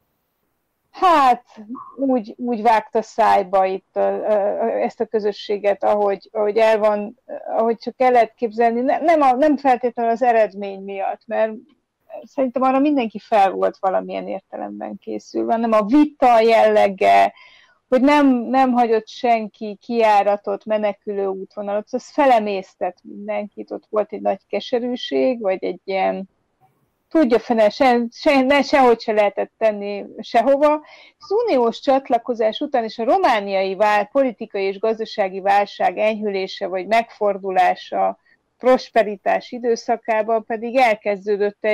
hát úgy vágta szájba itt ezt a közösséget, ahogy el van, ahogy csak el lehet képzelni, nem feltétlenül az eredmény miatt, mert szerintem arra mindenki fel volt valamilyen értelemben készülve, hanem a vita jellege, hogy nem hagyott senki kijáratot, menekülő útvonalat, az felemésztett mindenkit, ott volt egy nagy keserűség, vagy egy ilyen, tudja fene, sehogy se lehetett tenni sehova. Az uniós csatlakozás után és a romániai politikai és gazdasági válság enyhülése, vagy megfordulása, prosperitás időszakában pedig elkezdődött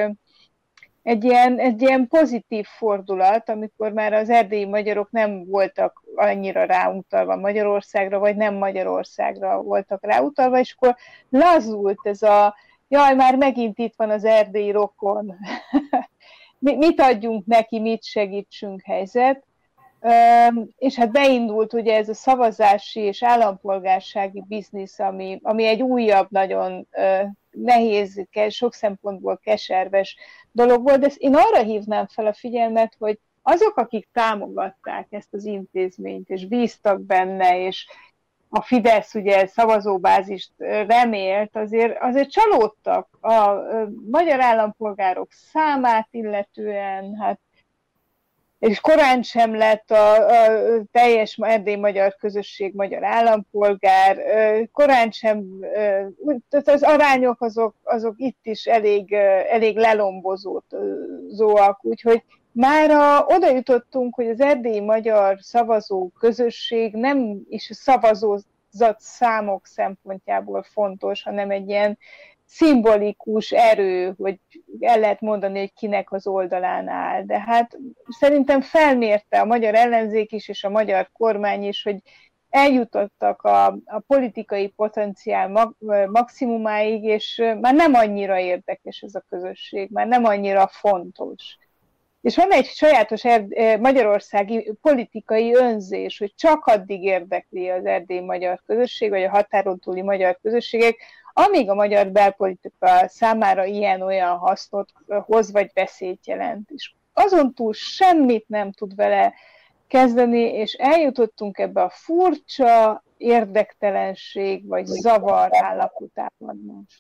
egy ilyen pozitív fordulat, amikor már az erdélyi magyarok nem voltak annyira ráutalva Magyarországra, vagy nem Magyarországra voltak ráutalva, és akkor lazult ez jaj, már megint itt van az erdélyi rokon, mit adjunk neki, mit segítsünk helyzet. És hát beindult ugye ez a szavazási és állampolgársági biznisz, ami egy újabb, nagyon nehéz, sok szempontból keserves dolog volt, de én arra hívnám fel a figyelmet, hogy azok, akik támogatták ezt az intézményt, és bíztak benne, és a Fidesz ugye szavazóbázist remélt, azért csalódtak a magyar állampolgárok számát illetően, hát és korán sem lett a teljes erdélyi magyar közösség magyar állampolgár, korán sem, az arányok azok itt is elég lelombozóak, úgyhogy mára oda jutottunk, hogy az erdélyi magyar szavazó közösség nem is a szavazózat számok szempontjából fontos, hanem egy ilyen szimbolikus erő, hogy el lehet mondani, hogy kinek az oldalán áll. De hát szerintem felmérte a magyar ellenzék is, és a magyar kormány is, hogy eljutottak a politikai potenciál maximumáig, és már nem annyira érdekes ez a közösség, már nem annyira fontos. És van egy sajátos magyarországi politikai önzés, hogy csak addig érdekli az erdélyi magyar közösség, vagy a határon túli magyar közösségek, amíg a magyar belpolitika számára ilyen-olyan hasznot hoz, vagy veszélyt jelent. És azon túl semmit nem tud vele kezdeni, és eljutottunk ebbe a furcsa érdektelenség, vagy zavar állapotában most.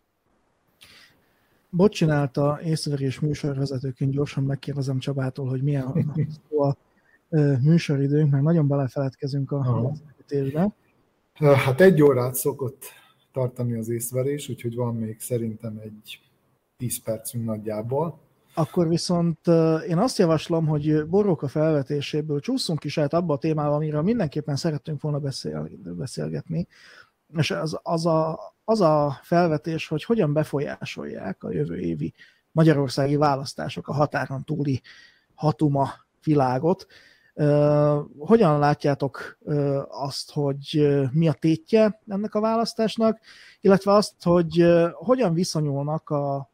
Bocsánálta észreverés műsorvezetőként gyorsan megkérdezem Csabától, hogy milyen a műsoridőnk, mert nagyon belefeledkezünk a beszélgetésbe. Hát 1 órát szokott tartani az észverés, úgyhogy van még szerintem egy 10 percünk nagyjából. Akkor viszont én azt javaslom, hogy Boróka felvetéséből csúszunk is át abba a témába, amiről mindenképpen szerettünk volna beszélgetni, és az a felvetés, hogy hogyan befolyásolják a jövő évi magyarországi választások a határon túli hatuma világot. Hogyan látjátok azt, hogy mi a tétje ennek a választásnak, illetve azt, hogy hogyan viszonyulnak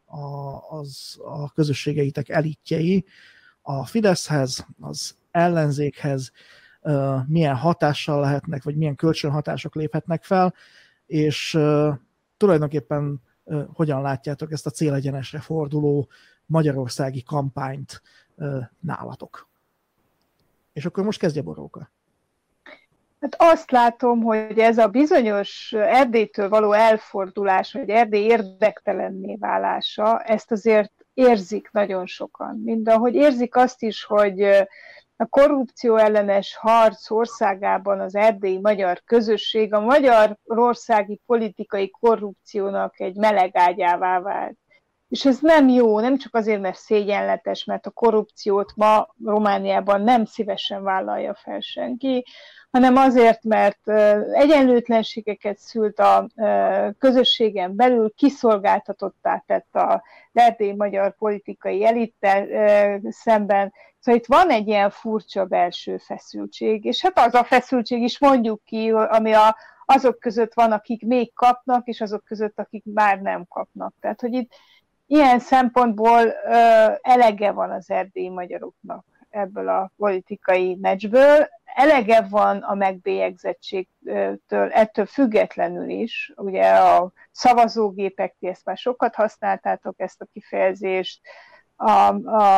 a közösségeitek elitjei a Fideszhez, az ellenzékhez, milyen hatással lehetnek, vagy milyen kölcsönhatások léphetnek fel, és tulajdonképpen hogyan látjátok ezt a célegyenesre forduló magyarországi kampányt nálatok. És akkor most kezdje Boróka. Hát azt látom, hogy ez a bizonyos Erdélytől való elfordulás, vagy Erdély érdektelenné válása, ezt azért érzik nagyon sokan. Mindahogy érzik azt is, hogy a korrupció ellenes harc országában az erdélyi magyar közösség a magyarországi politikai korrupciónak egy melegágyává vált. És ez nem jó, nem csak azért, mert szégyenletes, mert a korrupciót ma Romániában nem szívesen vállalja fel senki, hanem azért, mert egyenlőtlenségeket szült a közösségen belül, kiszolgáltatottá tett a erdélyi magyar politikai elittel szemben. Szóval itt van egy ilyen furcsa belső feszültség, és hát az a feszültség is mondjuk ki, ami azok között van, akik még kapnak, és azok között, akik már nem kapnak. Tehát, hogy itt ilyen szempontból elege van az erdélyi magyaroknak ebből a politikai meccsből, elege van a megbélyegzettségtől, ettől függetlenül is, ugye a szavazógépek, ti ezt már sokat használtátok, ezt a kifejezést, a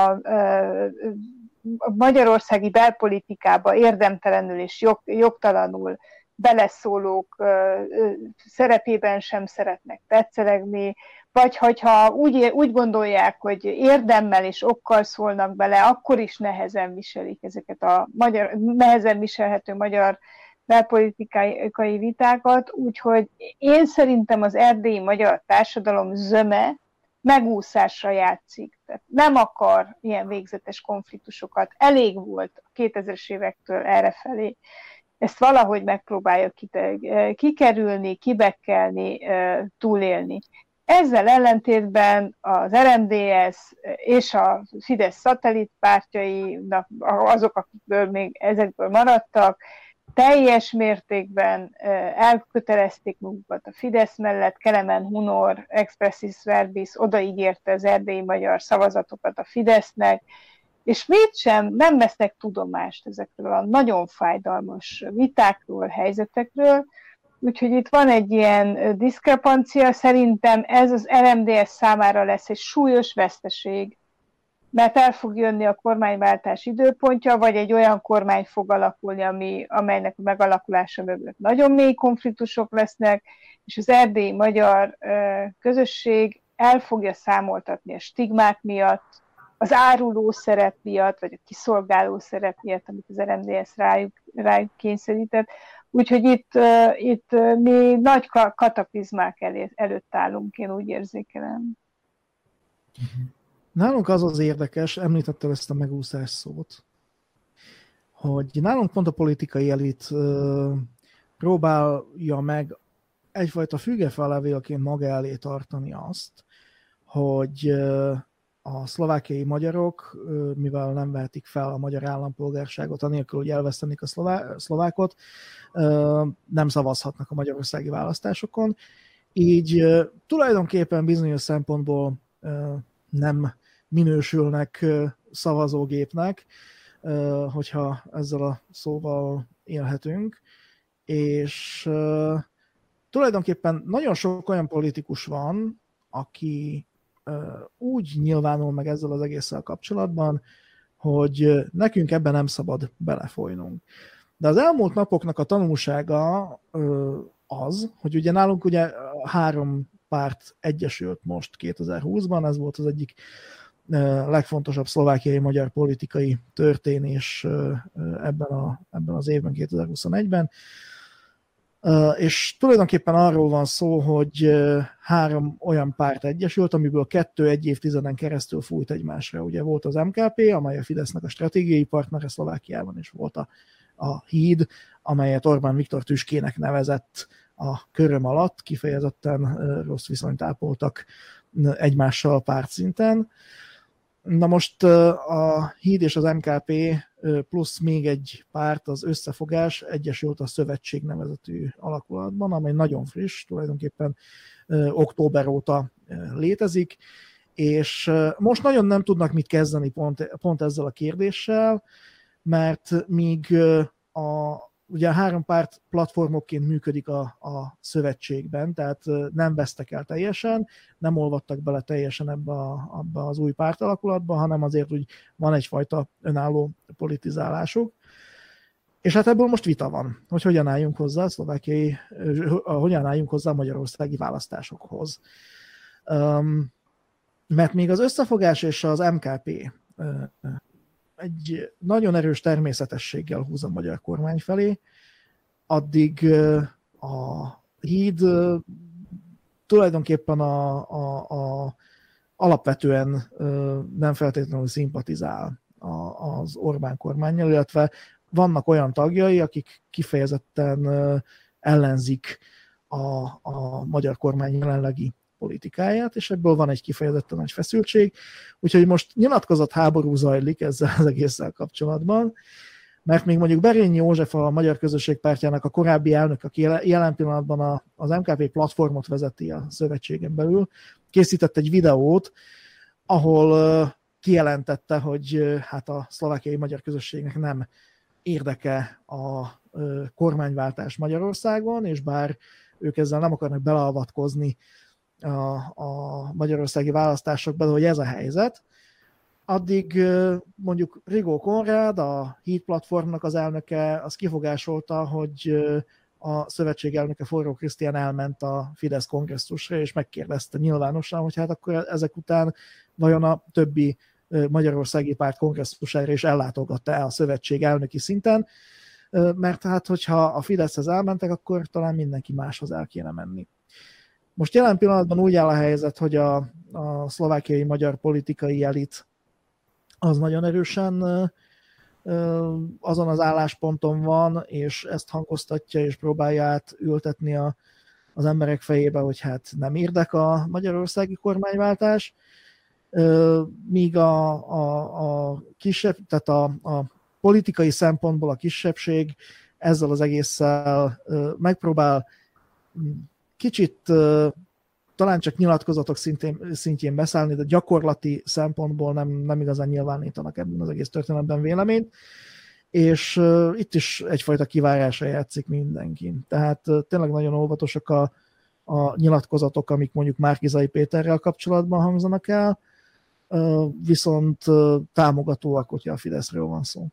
magyarországi belpolitikába érdemtelenül és jogtalanul beleszólók szerepében sem szeretnek tetszelegni, vagy hogyha úgy gondolják, hogy érdemmel és okkal szólnak bele, akkor is nehezen viselik ezeket a nehezen viselhető magyar belpolitikai vitákat, úgyhogy én szerintem az erdélyi magyar társadalom zöme megúszásra játszik. Tehát nem akar ilyen végzetes konfliktusokat. Elég volt a 2000-es évektől errefelé. Ezt valahogy megpróbálja kikerülni, kibekkelni, túlélni. Ezzel ellentétben az RMDSZ és a Fidesz szatellitpártjainak, azok, akikből még ezekből maradtak, teljes mértékben elkötelezték magukat a Fidesz mellett, Kelemen Hunor, expressis verbis odaígérte az erdélyi magyar szavazatokat a Fidesznek, és mégsem nem vesznek tudomást ezekről a nagyon fájdalmas vitákról, helyzetekről, úgyhogy itt van egy ilyen diszkrepancia, szerintem ez az RMDSZ számára lesz egy súlyos veszteség, mert el fog jönni a kormányváltás időpontja, vagy egy olyan kormány fog alakulni, amelynek a megalakulása mögött nagyon mély konfliktusok lesznek, és az erdélyi magyar közösség el fogja számoltatni a stigmák miatt, az áruló szerep miatt, vagy a kiszolgáló szerep miatt, amit az RMDSZ rájuk kényszerített. Úgyhogy itt mi nagy kataklizmák előtt állunk, én úgy érzékelem. Nálunk az érdekes, említettem ezt a megúszás szót, hogy nálunk pont a politikai elit próbálja meg egyfajta fügefalevélként maga elé tartani azt, hogy a szlovákiai magyarok, mivel nem vehetik fel a magyar állampolgárságot, anélkül, hogy elvesztenék a szlovákot, nem szavazhatnak a magyarországi választásokon. Így tulajdonképpen bizonyos szempontból nem minősülnek szavazógépnek, hogyha ezzel a szóval élhetünk. És tulajdonképpen nagyon sok olyan politikus van, aki úgy nyilvánul meg ezzel az egésszel kapcsolatban, hogy nekünk ebben nem szabad belefolynunk. De az elmúlt napoknak a tanulsága az, hogy ugye nálunk ugye 3 párt egyesült most 2020-ban, ez volt az egyik legfontosabb szlovákiai magyar politikai történés ebben az évben, 2021-ben. És tulajdonképpen arról van szó, hogy 3 olyan párt egyesült, amiből 2 egy évtizeden keresztül fújt egymásra. Ugye volt az MKP, amely a Fidesznek a stratégiai partnere Szlovákiában, és volt a Híd, amelyet Orbán Viktor tüskének nevezett a köröm alatt, kifejezetten rossz viszonyt ápoltak egymással pártszinten. Na most a Híd és az MKP plusz még egy párt, az Összefogás egyesült a Szövetség nevezetű alakulatban, amely nagyon friss, tulajdonképpen október óta létezik, és most nagyon nem tudnak mit kezdeni pont ezzel a kérdéssel, mert míg ugye a 3 párt platformokként működik a szövetségben, tehát nem vesztek el teljesen, nem olvadtak bele teljesen ebbe az új pártalakulatba, hanem azért úgy van egyfajta önálló politizálásuk. És hát ebből most vita van, hogy hogyan álljunk hozzá hogyan álljunk hozzá a magyarországi választásokhoz. Mert még az Összefogás és az MKP egy nagyon erős természetességgel húz a magyar kormány felé, addig a Híd tulajdonképpen alapvetően nem feltétlenül szimpatizál az Orbán kormánnyal, illetve vannak olyan tagjai, akik kifejezetten ellenzik a magyar kormány jelenlegi politikáját, és ebből van egy kifejezetten nagy feszültség. Úgyhogy most nyilatkozatháború zajlik ezzel az egésszel kapcsolatban, mert még mondjuk Berényi József, a Magyar Közösség Pártjának a korábbi elnök, aki jelen pillanatban az MKP platformot vezeti a szövetségen belül, készített egy videót, ahol kijelentette, hogy hát a szlovákiai magyar közösségnek nem érdeke a kormányváltás Magyarországon, és bár ők ezzel nem akarnak beleavatkozni a magyarországi választásokban, hogy ez a helyzet, addig mondjuk Rigó Konrád, a Híd platformnak az elnöke, az kifogásolta, hogy a szövetség elnöke Forró Krisztián elment a Fidesz kongresszusra, és megkérdezte nyilvánosan, hogy hát akkor ezek után vajon a többi magyarországi párt kongresszusára is ellátogatta a szövetség elnöki szinten, mert hát hogyha a Fideszhez elmentek, akkor talán mindenki máshoz el kéne menni. Most jelen pillanatban úgy áll a helyzet, hogy a szlovákiai magyar politikai elit az nagyon erősen azon az állásponton van, és ezt hangoztatja, és próbálja átültetni az emberek fejébe, hogy hát nem érdek a magyarországi kormányváltás, míg a kisebb, tehát a politikai szempontból a kisebbség ezzel az egésszel megpróbál kicsit talán csak nyilatkozatok szintjén beszállni, de gyakorlati szempontból nem igazán nyilvánítanak ebben az egész történetben véleményt, és itt is egyfajta kivárásra játszik mindenki. Tehát tényleg nagyon óvatosak a nyilatkozatok, amik mondjuk Márki-Zay Péterrel kapcsolatban hangzanak el, viszont támogatóak, hogyha a Fideszről van szó.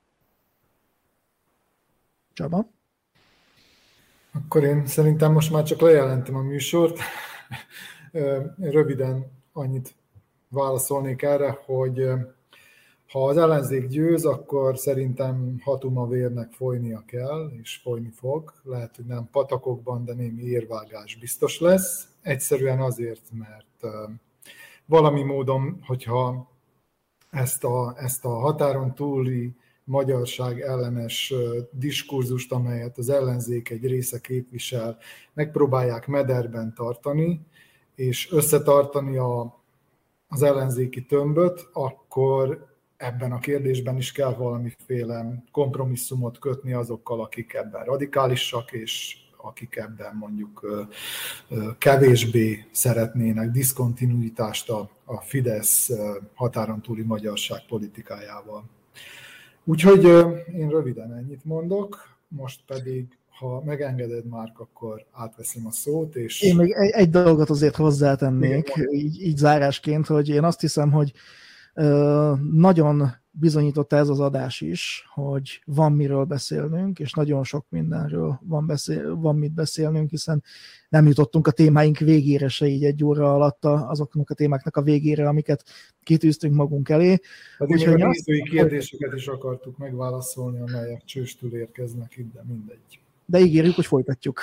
Csaba? Akkor én szerintem most már csak lejelentem a műsort. Röviden annyit válaszolnék erre, hogy ha az ellenzék győz, akkor szerintem hatumavérnek folynia kell, és folyni fog. Lehet, hogy nem patakokban, de némi érvágás biztos lesz. Egyszerűen azért, mert valami módon, hogyha ezt a határon túli magyarság ellenes diskurzust, amelyet az ellenzék egy része képvisel, megpróbálják mederben tartani, és összetartani az ellenzéki tömböt, akkor ebben a kérdésben is kell valamiféle kompromisszumot kötni azokkal, akik ebben radikálisak, és akik ebben mondjuk kevésbé szeretnének diszkontinuitást a Fidesz határon túli magyarság politikájával. Úgyhogy én röviden ennyit mondok, most pedig, ha megengeded, Márk, akkor átveszem a szót. És én még egy dolgot azért hozzátennék, így zárásként, hogy én azt hiszem, hogy nagyon bizonyította ez az adás is, hogy van miről beszélnünk, és nagyon sok mindenről van mit beszélnünk, hiszen nem jutottunk a témáink végére se így egy óra alatt azoknak a témáknak a végére, amiket kitűztünk magunk elé. Úgyhogy a nézői kérdéseket is akartuk megválaszolni, amelyek csőstül érkeznek itt, de mindegy. de ígérjük, hogy folytatjuk.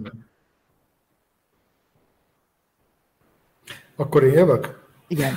Akkor én jövök? Igen.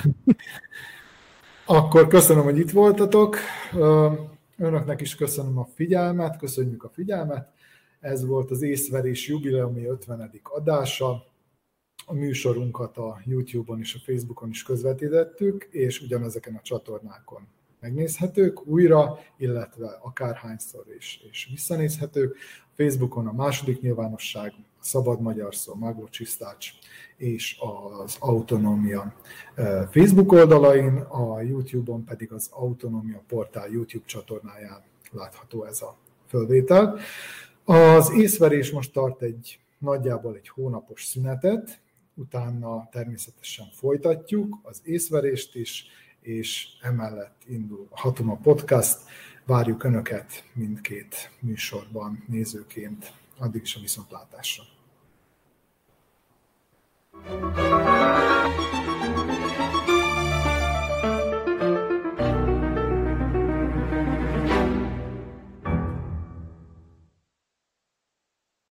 Akkor köszönöm, hogy itt voltatok. Önöknek is köszönöm a figyelmet, köszönjük a figyelmet. Ez volt az Észverés jubileumi 50. adása. A műsorunkat a YouTube-on és a Facebookon is közvetítettük, és ugyanezeken a csatornákon megnézhetők újra, illetve akárhányszor és visszanézhetők. A Facebookon a Második Nyilvánosság, a Szabad Magyar Szó, Mágló Csisztács és az Autonómia Facebook oldalain, a YouTube-on pedig az Autonómia portál YouTube csatornáján látható ez a fölvétel. Az észverés most tart nagyjából egy hónapos szünetet, utána természetesen folytatjuk az észverést is, és emellett indul a Hatuma Podcast. Várjuk Önöket mindkét műsorban nézőként. Addig is a viszontlátásra.